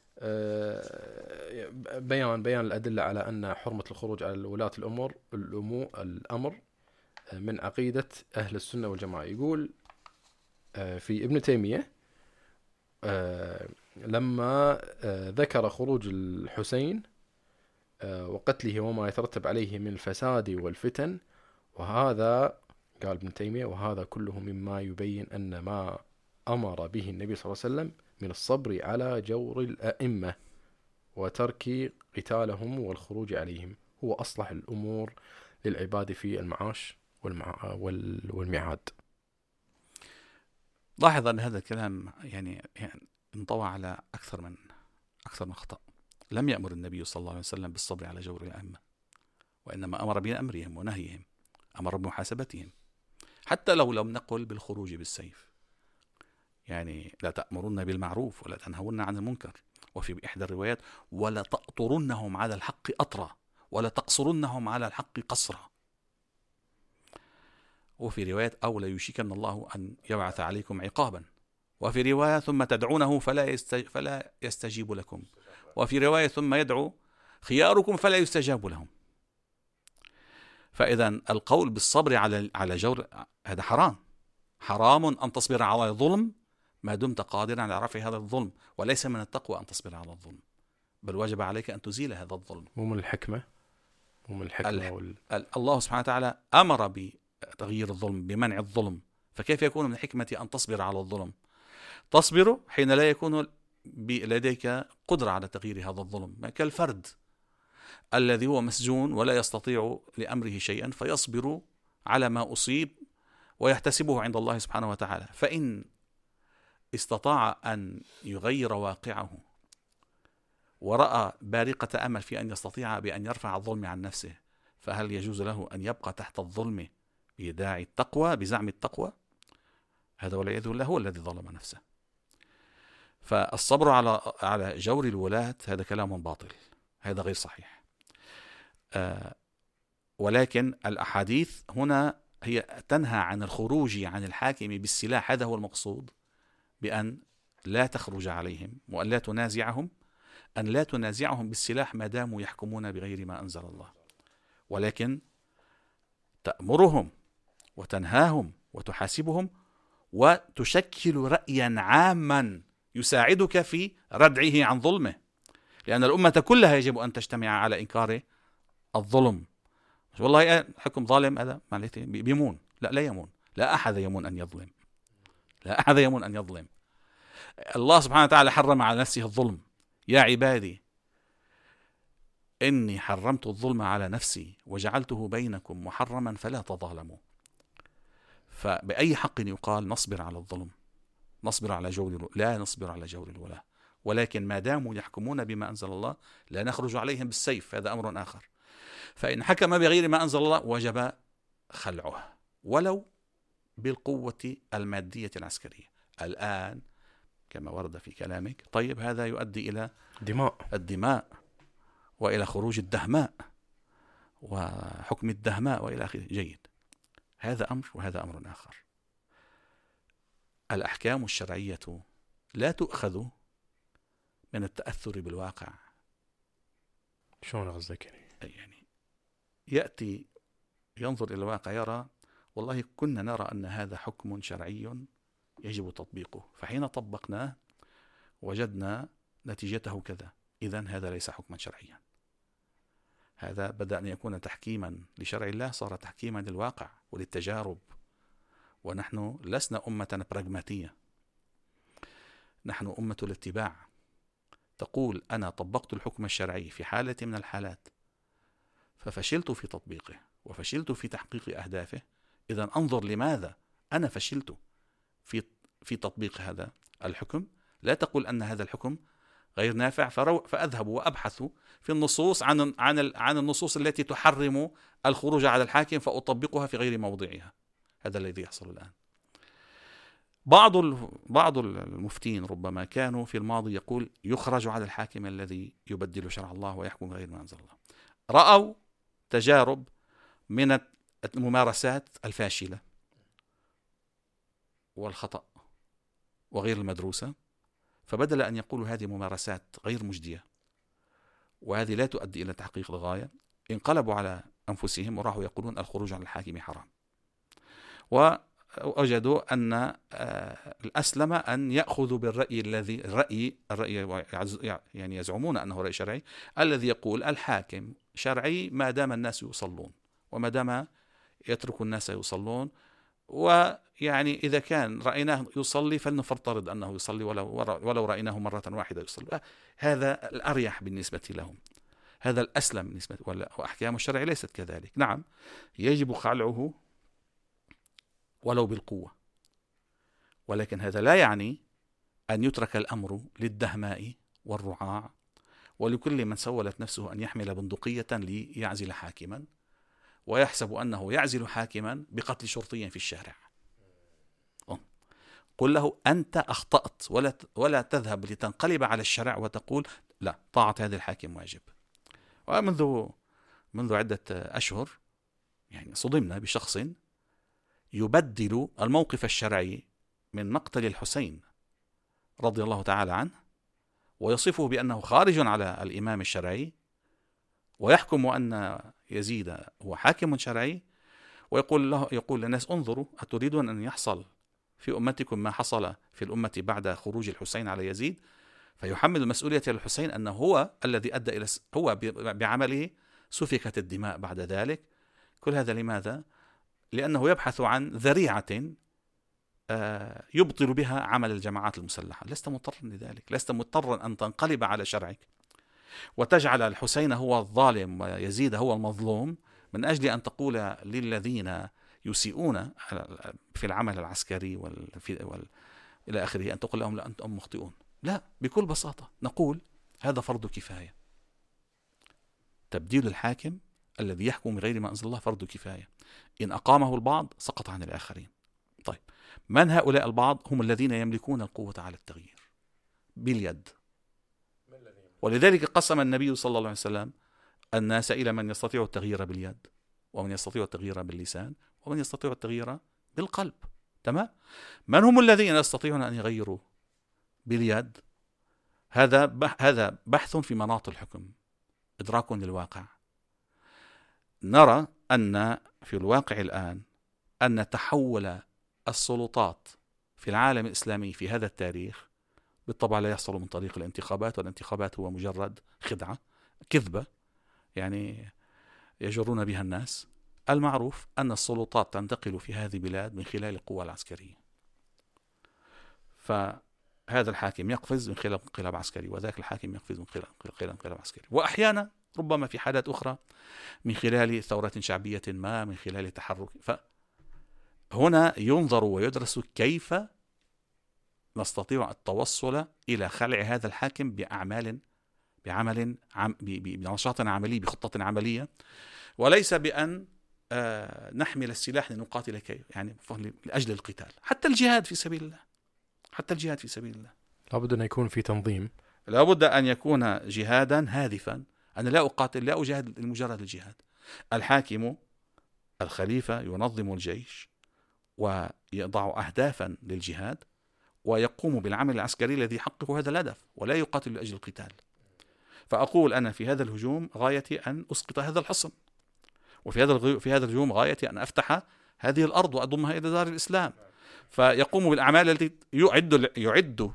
بيان بيان الأدلة على أن حرمة الخروج على ولاة الأمور الأمور الأمر من عقيدة أهل السنة والجماعة. يقول في ابن تيمية لما ذكر خروج الحسين وقتله وما يترتب عليه من الفساد والفتن، وهذا قال ابن تيمية وهذا كله مما يبين أن ما أمر به النبي صلى الله عليه وسلم من الصبر على جور الأئمة وترك قتالهم والخروج عليهم هو أصلح الأمور للعباد في المعاش والمع... والمعاد. لاحظ أن هذا الكلام يعني, يعني انطوى على أكثر من أكثر من خطأ. لم يأمر النبي صلى الله عليه وسلم بالصبر على جور الأئمة، وإنما أمر بأمرهم ونهيهم، أمر بمحاسبتهم، حتى لو لم نقل بالخروج بالسيف. يعني لا تأمرن بالمعروف ولا تنهون عن المنكر، وفي إحدى الروايات ولا تأطرنهم على الحق أطرا ولا تقصرنهم على الحق قصرا، وفي رواية أو لا يشيكن الله أن يبعث عليكم عقابا، وفي رواية ثم تدعونه فلا يستج... فلا يستجيب لكم، وفي رواية ثم يدعو خياركم فلا يستجاب لهم. فإذا القول بالصبر على على جور هذا حرام. حرام أن تصبر على الظلم ما دمت قادرا على رفع هذا الظلم، وليس من التقوى أن تصبر على الظلم، بل واجب عليك أن تزيل هذا الظلم. مو من الحكمة مو من الحكمة الح... وال... الله سبحانه وتعالى أمر بتغيير الظلم، بمنع الظلم، فكيف يكون من الحكمة أن تصبر على الظلم؟ تصبر حين لا يكون لديك قدرة على تغيير هذا الظلم، كالفرد الذي هو مسجون ولا يستطيع لأمره شيئا فيصبر على ما أصيب ويحتسبه عند الله سبحانه وتعالى. فإن استطاع أن يغير واقعه ورأى بارقة أمل في أن يستطيع بأن يرفع الظلم عن نفسه، فهل يجوز له أن يبقى تحت الظلم بداعي التقوى بزعم التقوى؟ هذا والعياذ بالله هو الذي ظلم نفسه. فالصبر على على جور الولاة هذا كلام باطل، هذا غير صحيح. آه ولكن الأحاديث هنا هي تنهى عن الخروج عن الحاكم بالسلاح، هذا هو المقصود، بأن لا تخرج عليهم وأن لا تنازعهم، أن لا تنازعهم بالسلاح ما داموا يحكمون بغير ما أنزل الله، ولكن تأمرهم وتنهاهم وتحاسبهم وتشكل رأيا عاما يساعدك في ردعه عن ظلمه، لأن الأمة كلها يجب أن تجتمع على إنكار الظلم. والله حكم ظالم هذا معناته بيمون، لا لا يمون، لا أحد يمون أن يظلم، لا أحد يمون أن يظلم. الله سبحانه وتعالى حرم على نفسه الظلم، يا عبادي إني حرمت الظلم على نفسي وجعلته بينكم محرما فلا تظالموا. فبأي حق يقال نصبر على الظلم، نصبر على جور، لا نصبر على جور الولاة، ولكن ما داموا يحكمون بما أنزل الله لا نخرج عليهم بالسيف، هذا أمر آخر. فإن حكم بغير ما أنزل الله وجب خلعه ولو بالقوة المادية العسكرية. الآن كما ورد في كلامك، طيب هذا يؤدي إلى دماء الدماء وإلى خروج الدهماء وحكم الدهماء وإلى آخره. جيد، هذا أمر وهذا أمر آخر. الأحكام الشرعية لا تؤخذ من التأثر بالواقع. شلون قصدك يعني؟ يعني يأتي ينظر إلى الواقع يرى والله كنا نرى أن هذا حكم شرعي يجب تطبيقه، فحين طبقناه وجدنا نتيجته كذا، إذن هذا ليس حكما شرعيا. هذا بدأ أن يكون تحكيما لشرع الله، صار تحكيما للواقع وللتجارب. ونحن لسنا أمة براغماتية، نحن أمة الاتباع. تقول أنا طبقت الحكم الشرعي في حالة من الحالات ففشلت في تطبيقه وفشلت في تحقيق أهدافه، إذن أنظر لماذا أنا فشلت في في تطبيق هذا الحكم. لا تقول أن هذا الحكم غير نافع فأذهب وأبحث في النصوص عن عن عن النصوص التي تحرم الخروج على الحاكم فأطبقها في غير موضعها. هذا الذي يحصل الآن. بعض بعض المفتين ربما كانوا في الماضي يقول يخرج على الحاكم الذي يبدل شرع الله ويحكم غير ما أنزل الله. رأوا تجارب من الممارسات الفاشلة والخطأ وغير المدروسة، فبدل أن يقولوا هذه ممارسات غير مجدية وهذه لا تؤدي إلى تحقيق الغاية، انقلبوا على أنفسهم وراحوا يقولون الخروج على الحاكم حرام. ووجدوا أن الأسلم أن يأخذوا بالرأي الذي الرأي الرأي يعني يزعمون أنه رأي شرعي الذي يقول الحاكم شرعي ما دام الناس يصلون وما دام يترك الناس يصلون، ويعني إذا كان رأيناه يصلي فلنفترض أنه يصلي ولو, ولو رأيناه مرة واحدة يصلي. هذا الأريح بالنسبة لهم، هذا الأسلم بالنسبة. وأحكام الشرع ليست كذلك. نعم يجب خلعه ولو بالقوة، ولكن هذا لا يعني أن يترك الأمر للدهماء والرعاع ولكل من سولت نفسه أن يحمل بندقية ليعزل حاكما ويحسب أنه يعزل حاكما بقتل شرطي في الشارع. قل له أنت أخطأت، ولا ولا تذهب لتنقلب على الشرع وتقول لا طاعة هذا الحاكم واجب. ومنذ منذ عدة أشهر يعني صدمنا بشخص يبدل الموقف الشرعي من مقتل الحسين رضي الله تعالى عنه ويصفه بأنه خارج على الإمام الشرعي، ويحكم أن يزيد هو حاكم شرعي، ويقول له يقول للناس انظروا أتريدون أن يحصل في أمتكم ما حصل في الأمة بعد خروج الحسين على يزيد، فيحمل المسؤولية للحسين أنه هو الذي أدى إلى هو بعمله سفكت الدماء بعد ذلك. كل هذا لماذا؟ لأنه يبحث عن ذريعة يبطل بها عمل الجماعات المسلحة. لست مضطرا لذلك، لست مضطرا أن تنقلب على شرعك وتجعل الحسين هو الظالم ويزيد هو المظلوم من أجل أن تقول للذين يسيئون في العمل العسكري وال... وال... إلى آخره أن تقول لهم لا أنتم مخطئون. لا، بكل بساطة نقول هذا فرض كفاية. تبديل الحاكم الذي يحكم بغير ما أنزل الله فرض كفاية، إن أقامه البعض سقط عن الآخرين. طيب من هؤلاء البعض؟ هم الذين يملكون القوة على التغيير باليد. ولذلك قسم النبي صلى الله عليه وسلم الناس إلى من يستطيع التغيير باليد ومن يستطيع التغيير باللسان ومن يستطيع التغيير بالقلب. تمام؟ من هم الذين يستطيعون أن يغيروا باليد؟ هذا هذا بحث في مناط الحكم، إدراك للواقع. نرى أن في الواقع الآن أن تحول السلطات في العالم الإسلامي في هذا التاريخ بالطبع لا يحصل من طريق الانتخابات، والانتخابات هو مجرد خدعة كذبة يعني يجرون بها الناس. المعروف أن السلطات تنتقل في هذه البلاد من خلال القوى العسكرية، فهذا الحاكم يقفز من خلال انقلاب عسكري وذاك الحاكم يقفز من خلال انقلاب عسكري، وأحيانا ربما في حالات أخرى من خلال ثورة شعبية ما، من خلال تحرك. فهنا ينظر ويدرس كيف نستطيع التوصل إلى خلع هذا الحاكم بأعمال بعمل عم بنشاط عملي بخطة عملية، وليس بأن آه نحمل السلاح لنقاتل كي يعني لأجل القتال. حتى الجهاد في سبيل الله، حتى الجهاد في سبيل الله لابد أن يكون في تنظيم. لابد أن يكون جهادا هادفا. أنا لا أقاتل، لا أجاهد لمجرد الجهاد. الحاكم الخليفة ينظم الجيش ويضع أهدافا للجهاد ويقوم بالعمل العسكري الذي يحقق هذا الهدف، ولا يقاتل لأجل القتال. فأقول أنا في هذا الهجوم غايتي أن أسقط هذا الحصن، وفي هذا في هذا الهجوم غايتي أن أفتح هذه الأرض وأضمها إلى دار الإسلام. فيقوم بالأعمال التي يعد يعد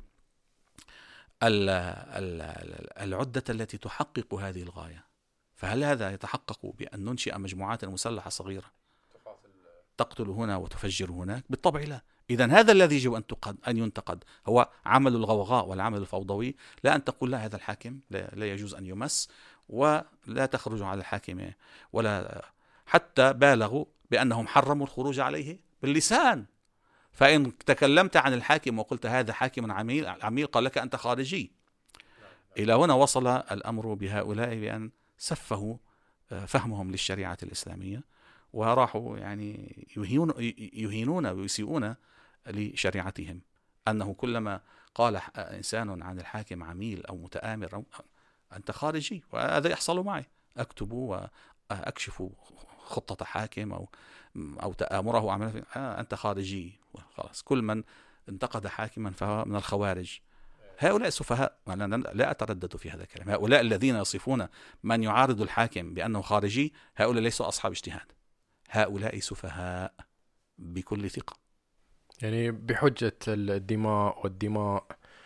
العدة التي تحقق هذه الغاية. فهل هذا يتحقق بأن ننشئ مجموعات مسلحة صغيرة تقتل هنا وتفجر هناك؟ بالطبع لا. إذن هذا الذي يجب أن تقد أن ينتقد هو عمل الغوغاء والعمل الفوضوي. لا أن تقول لا، هذا الحاكم لا, لا يجوز أن يمس، ولا تخرج على الحاكم، ولا حتى بالغوا بأنهم حرموا الخروج عليه باللسان. فإن تكلمت عن الحاكم وقلت هذا حاكم عميل عميل قال لك أنت خارجي. إلى هنا وصل الأمر بهؤلاء بأن سفهوا فهمهم للشريعة الإسلامية، وراحوا يعني يهينون يهينون ويسيئون لشريعتهم. أنه كلما قال إنسان عن الحاكم عميل أو متآمر أو أنت خارجي، وهذا يحصل معي. أكتب وأكشف خطة حاكم أو أو تآمره وعمله آه أنت خارجي، خلاص. كل من انتقد حاكما فهو من الخوارج. هؤلاء سفهاء، أنا لا أتردد في هذا الكلام. هؤلاء الذين يصفون من يعارض الحاكم بأنه خارجي، هؤلاء ليسوا أصحاب اجتهاد، هؤلاء سفهاء بكل ثقة. يعني بحجة الدماء والدماء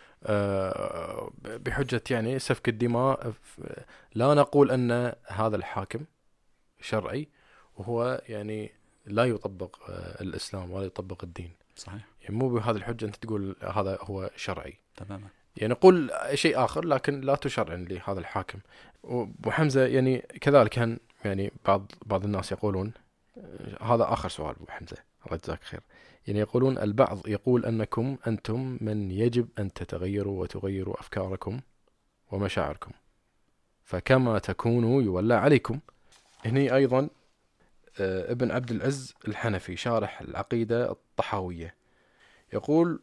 بحجة يعني سفك الدماء، لا نقول أن هذا الحاكم شرعي وهو يعني لا يطبق الإسلام ولا يطبق الدين. صحيح. يعني مو بهذه الحجة أنت تقول هذا هو شرعي. تماما. يعني نقول شيء آخر لكن لا تشرعن لهذا الحاكم. وحمزة يعني كذلك كان يعني بعض بعض الناس يقولون، هذا آخر سؤال أبو حمزة الله يجزاك خير، يعني يقولون البعض يقول أنكم أنتم من يجب أن تتغيروا وتغيروا أفكاركم ومشاعركم، فكما تكونوا يولى عليكم. هني أيضا ابن عبد العز الحنفي شارح العقيدة الطحاوية يقول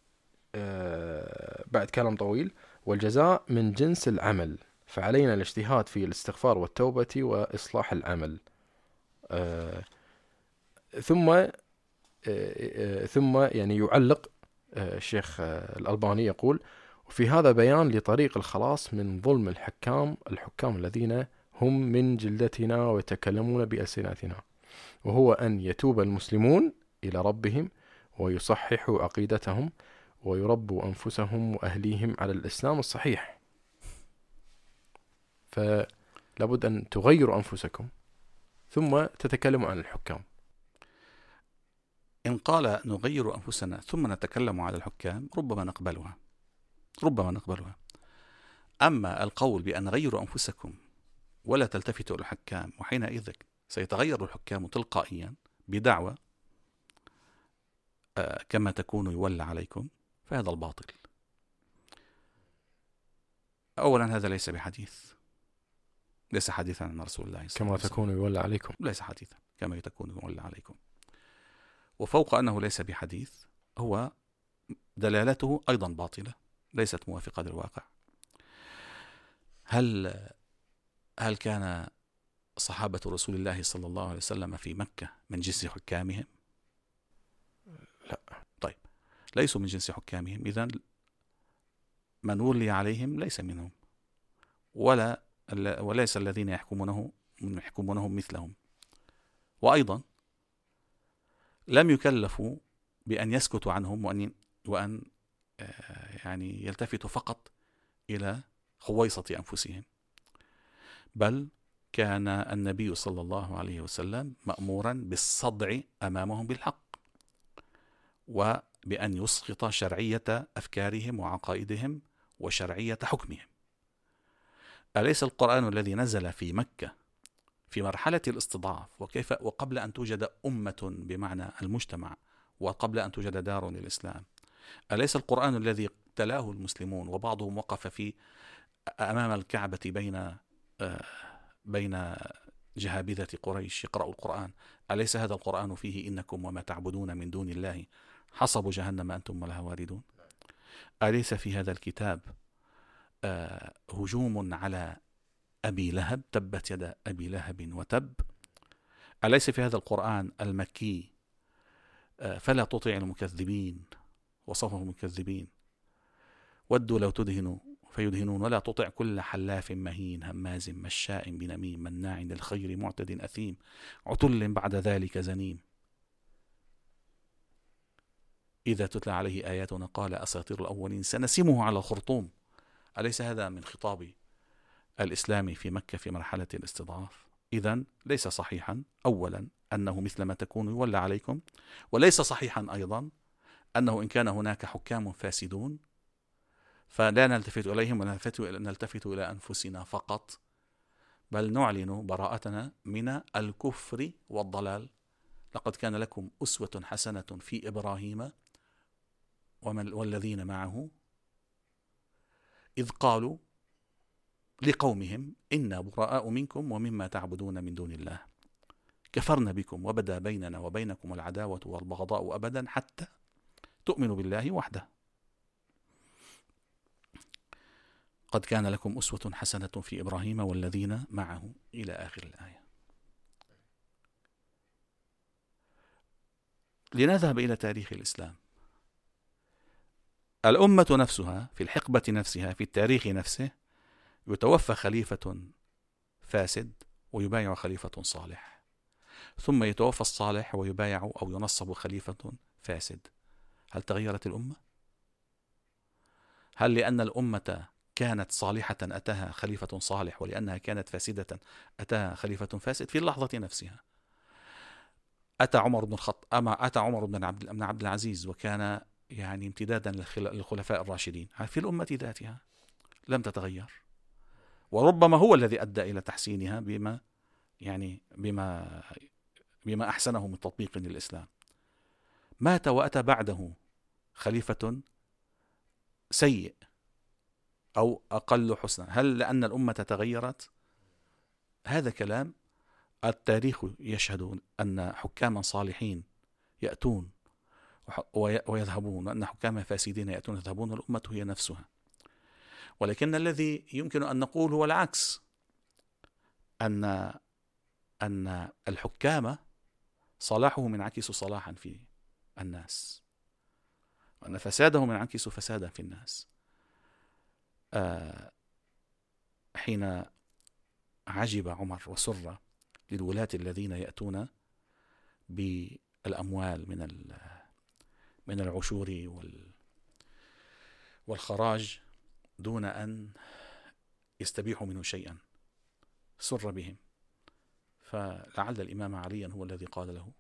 بعد كلام طويل: والجزاء من جنس العمل، فعلينا الاجتهاد في الاستغفار والتوبة وإصلاح العمل. ثم ثم يعني يعلق الشيخ الألباني يقول: وفي هذا بيان لطريق الخلاص من ظلم الحكام الحكام الذين هم من جلدتنا ويتكلمون بألسنتنا، وهو أن يتوب المسلمون إلى ربهم ويصححوا عقيدتهم ويربوا أنفسهم وأهليهم على الإسلام الصحيح. فلابد أن تغيروا أنفسكم ثم تتكلموا عن الحكام. إن قال نغير أنفسنا ثم نتكلم على الحكام ربما نقبلها ربما نقبلها أما القول بأن غيروا أنفسكم ولا تلتفتوا الحكام، وحينئذ سيتغير الحكام تلقائيا بدعوة آه كما تكون يولى عليكم، فهذا الباطل. أولا هذا ليس بحديث، ليس حديثا عن رسول الله صلى الله عليه وسلم. كما تكون يولى عليكم، ليس حديثا كما تكون يولى عليكم. وفوق أنه ليس بحديث، هو دلالته أيضا باطلة، ليست موافقة للواقع. هل هل كان صحابة رسول الله صلى الله عليه وسلم في مكة من جنس حكامهم؟ لا. طيب، ليسوا من جنس حكامهم، إذن من ولي عليهم ليس منهم، ولا وليس الذين يحكمونه يحكمونهم مثلهم. وأيضا لم يكلفوا بأن يسكتوا عنهم وأن وأن يعني يلتفتوا فقط إلى خويصة أنفسهم، بل كان النبي صلى الله عليه وسلم مأمورا بالصدع أمامهم بالحق، وبأن يسقط شرعية أفكارهم وعقائدهم وشرعية حكمهم. أليس القرآن الذي نزل في مكة في مرحلة الاستضعاف وكيف وقبل أن توجد أمة بمعنى المجتمع وقبل أن توجد دار للإسلام، أليس القرآن الذي تلاه المسلمون وبعضهم وقف في أمام الكعبة بين بين جهابذة قريش يقرأ القرآن، أليس هذا القرآن فيه إنكم وما تعبدون من دون الله حصب جهنم أنتم ولها واردون؟ أليس في هذا الكتاب آه هجوم على أبي لهب، تبت يد أبي لهب وتب؟ أليس في هذا القرآن المكي آه فلا تطع المكذبين، وصفهم مكذبين، ودوا لو تدهنوا فيدهنون، ولا تطع كل حلاف مهين هماز مشاء بنميم مناع للخير معتد أثيم عتل بعد ذلك زنيم إذا تتلى عليه آياتنا قال أساطير الأولين سنسمه على الخرطوم. أليس هذا من خطاب الإسلام في مكة في مرحلة الاستضعاف؟ إذن ليس صحيحا أولا أنه مثل ما تكون يولى عليكم، وليس صحيحا أيضا أنه إن كان هناك حكام فاسدون فلا نلتفت إليهم ونلتفت إلى أنفسنا فقط، بل نعلن براءتنا من الكفر والضلال. لقد كان لكم أسوة حسنة في إبراهيم والذين معه إذ قالوا لقومهم إنا براء منكم ومما تعبدون من دون الله كفرنا بكم وبدا بيننا وبينكم العداوة والبغضاء أبدا حتى تؤمنوا بالله وحده. قد كان لكم أسوة حسنة في إبراهيم والذين معه إلى آخر الآية. لنذهب إلى تاريخ الإسلام. الأمة نفسها في الحقبة نفسها في التاريخ نفسه يتوفى خليفة فاسد ويبايع خليفة صالح، ثم يتوفى الصالح ويبايع أو ينصب خليفة فاسد. هل تغيرت الأمة؟ هل لأن الأمة كانت صالحة أتاها خليفة صالح، ولأنها كانت فاسدة أتاها خليفة فاسد؟ في اللحظة نفسها أتى عمر بن الخطاب أما أتى عمر بن عبد بن عبد العزيز وكان يعني امتدادا للخلفاء الراشدين. في الأمة ذاتها لم تتغير، وربما هو الذي أدى إلى تحسينها بما يعني بما بما أحسنه من تطبيق للإسلام. مات وأتى بعده خليفة سيء أو أقل حسنا. هل لأن الأمة تغيرت؟ هذا كلام التاريخ يشهد أن حكاما صالحين يأتون ويذهبون، وأن حكاما فاسدين يأتون ويذهبون، والأمة هي نفسها. ولكن الذي يمكن أن نقول هو العكس، أن أن الحكام صلاحهم ينعكس صلاحا في الناس، وأن فسادهم ينعكس فسادا في الناس. آه حين عجب عمر وسر للولاة الذين يأتون بالأموال من من العشور والخراج دون أن يستبيحوا منه شيئا، سر بهم. فلعل الإمام عليا هو الذي قال له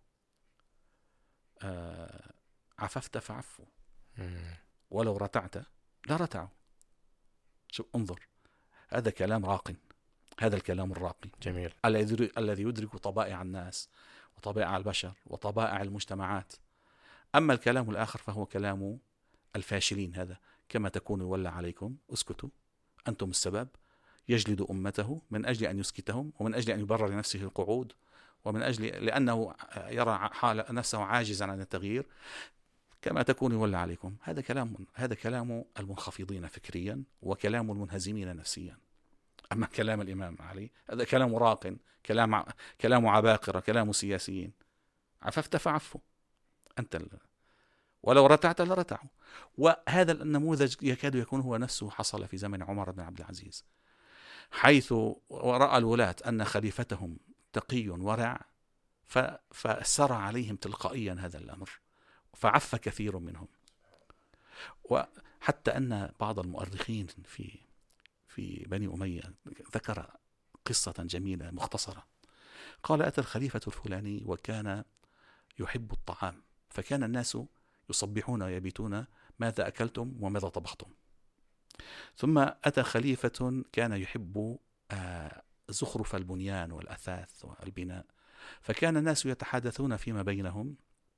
آه عففت فعفوا ولو رتعت لا رتعوا. شوف انظر، هذا كلام راق، هذا الكلام الراقي جميل الذي يدرك طبائع الناس وطبائع البشر وطبائع المجتمعات. أما الكلام الآخر فهو كلام الفاشلين. هذا كما تكون يولى عليكم اسكتوا أنتم السبب، يجلد أمته من أجل أن يسكتهم، ومن أجل أن يبرر لنفسه القعود، ومن أجل لأنه يرى حال نفسه عاجزا عن التغيير. كما تكون يولى عليكم. هذا كلام هذا كلام المنخفضين فكريا وكلام المنهزمين نفسيا. أما كلام الإمام علي هذا كلام راق، كلام كلام عباقرة، كلام سياسيين. عففت فعفوا أنت ال... ولو رتعت لرتعوا. وهذا النموذج يكاد يكون هو نفسه حصل في زمن عمر بن عبد العزيز، حيث رأى الولاة أن خليفتهم تقي ورع فسرى عليهم تلقائيا هذا الأمر، فعف كثير منهم. وحتى أن بعض المؤرخين في في بني أمية ذكر قصة جميلة مختصرة. قال أتى الخليفة الفلاني وكان يحب الطعام، فكان الناس يصبحون ويبيتون ماذا أكلتم وماذا طبختم. ثم أتى خليفة كان يحب زخرف البنيان والأثاث والبناء، فكان الناس يتحدثون فيما بينهم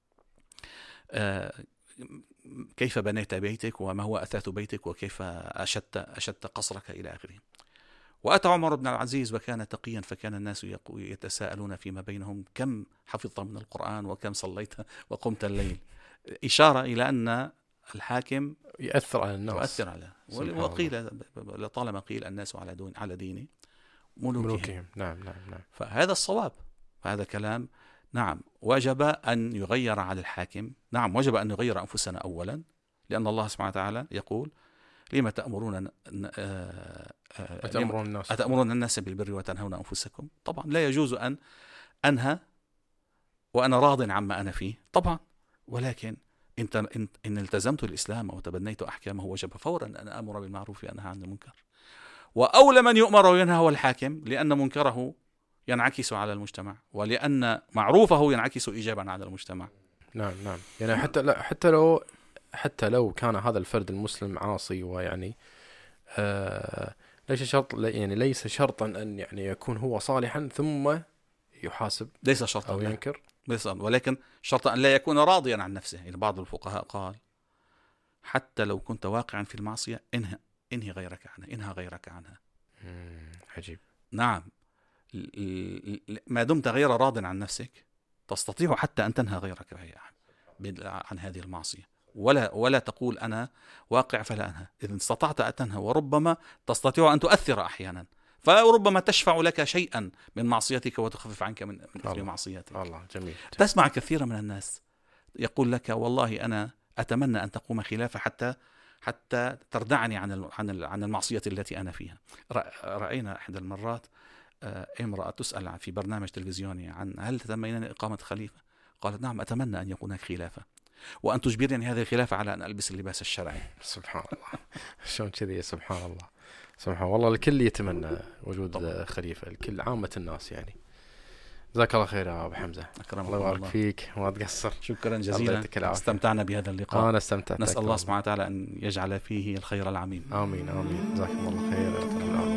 كيف بنيت بيتك وما هو أثاث بيتك وكيف أشدت, أشدت قصرك إلى آخره. وأتى عمر بن العزيز وكان تقيا، فكان الناس يتساءلون فيما بينهم كم حفظت من القرآن وكم صليت وقمت الليل، إشارة إلى أن الحاكم يأثر على الناس، يؤثر على، وقيل لطالما قيل الناس على دون على دين ملوكهم. ملوكهم. نعم نعم نعم. فهذا الصواب، فهذا كلام. نعم وجب أن يغير على الحاكم، نعم وجب أن نغير أنفسنا أولا، لأن الله سبحانه وتعالى يقول لما تأمرون أتأمرون الناس أتأمرون الناس بالبر وتنهون أنفسكم. طبعا لا يجوز أن أنهى وأنا راض عما أنا فيه طبعا، ولكن إن, إن التزمت الإسلام وتبنيت أحكامه وجب فورا أن أمر بالمعروف وأنهى عن المنكر. وأولى من يؤمر وينهى هو الحاكم، لأن منكره ينعكس على المجتمع، ولأن معروفه ينعكس إيجابا على المجتمع. نعم نعم. يعني حتى لا حتى لو حتى لو كان هذا الفرد المسلم عاصي، ويعني آه ليس شرط يعني ليس شرطا أن يعني يكون هو صالحا ثم يحاسب، ليس شرطا أو ينكر، ليس، ولكن شرط أن لا يكون راضيا عن نفسه. يعني بعض الفقهاء قال حتى لو كنت واقعا في المعصية انهى انهي غيرك عنها، انهى غيرك عنها. عجيب. نعم، ما دمت غير راض عن نفسك تستطيع حتى أن تنهى غيرك عن هذه المعصية، ولا ولا تقول أنا واقع فلا أنهى. إذا استطعت أن تنهى، وربما تستطيع أن تؤثر أحيانا، فربما تشفع لك شيئا من معصيتك وتخفف عنك من أثر معصيتك. الله جميل. تسمع كثيرا من الناس يقول لك والله أنا أتمنى أن تقوم خلافة حتى حتى تردعني عن عن المعصية التي أنا فيها. رأينا إحدى المرات امرأة تسأل في برنامج تلفزيوني عن هل تتمنين إقامة خليفة؟ قالت نعم أتمنى أن يكون هناك خلافة، وأن تجبرني هذه الخلافة على أن ألبس اللباس الشرعي. سبحان الله. شلون كذي؟ سبحان الله. سبحان والله. الكل يتمنى وجود طبعا. خليفة، الكل عامة الناس يعني. جزاك الله خير يا أبو حمزة. أكرمك الله يبارك فيك، ما تقصر. شكرا جزيلا، استمتعنا بهذا اللقاء. أنا استمتعت. نسأل الله سبحانه وتعالى أن يجعل فيه الخير العميم. آمين آمين. جزاكم الله خير.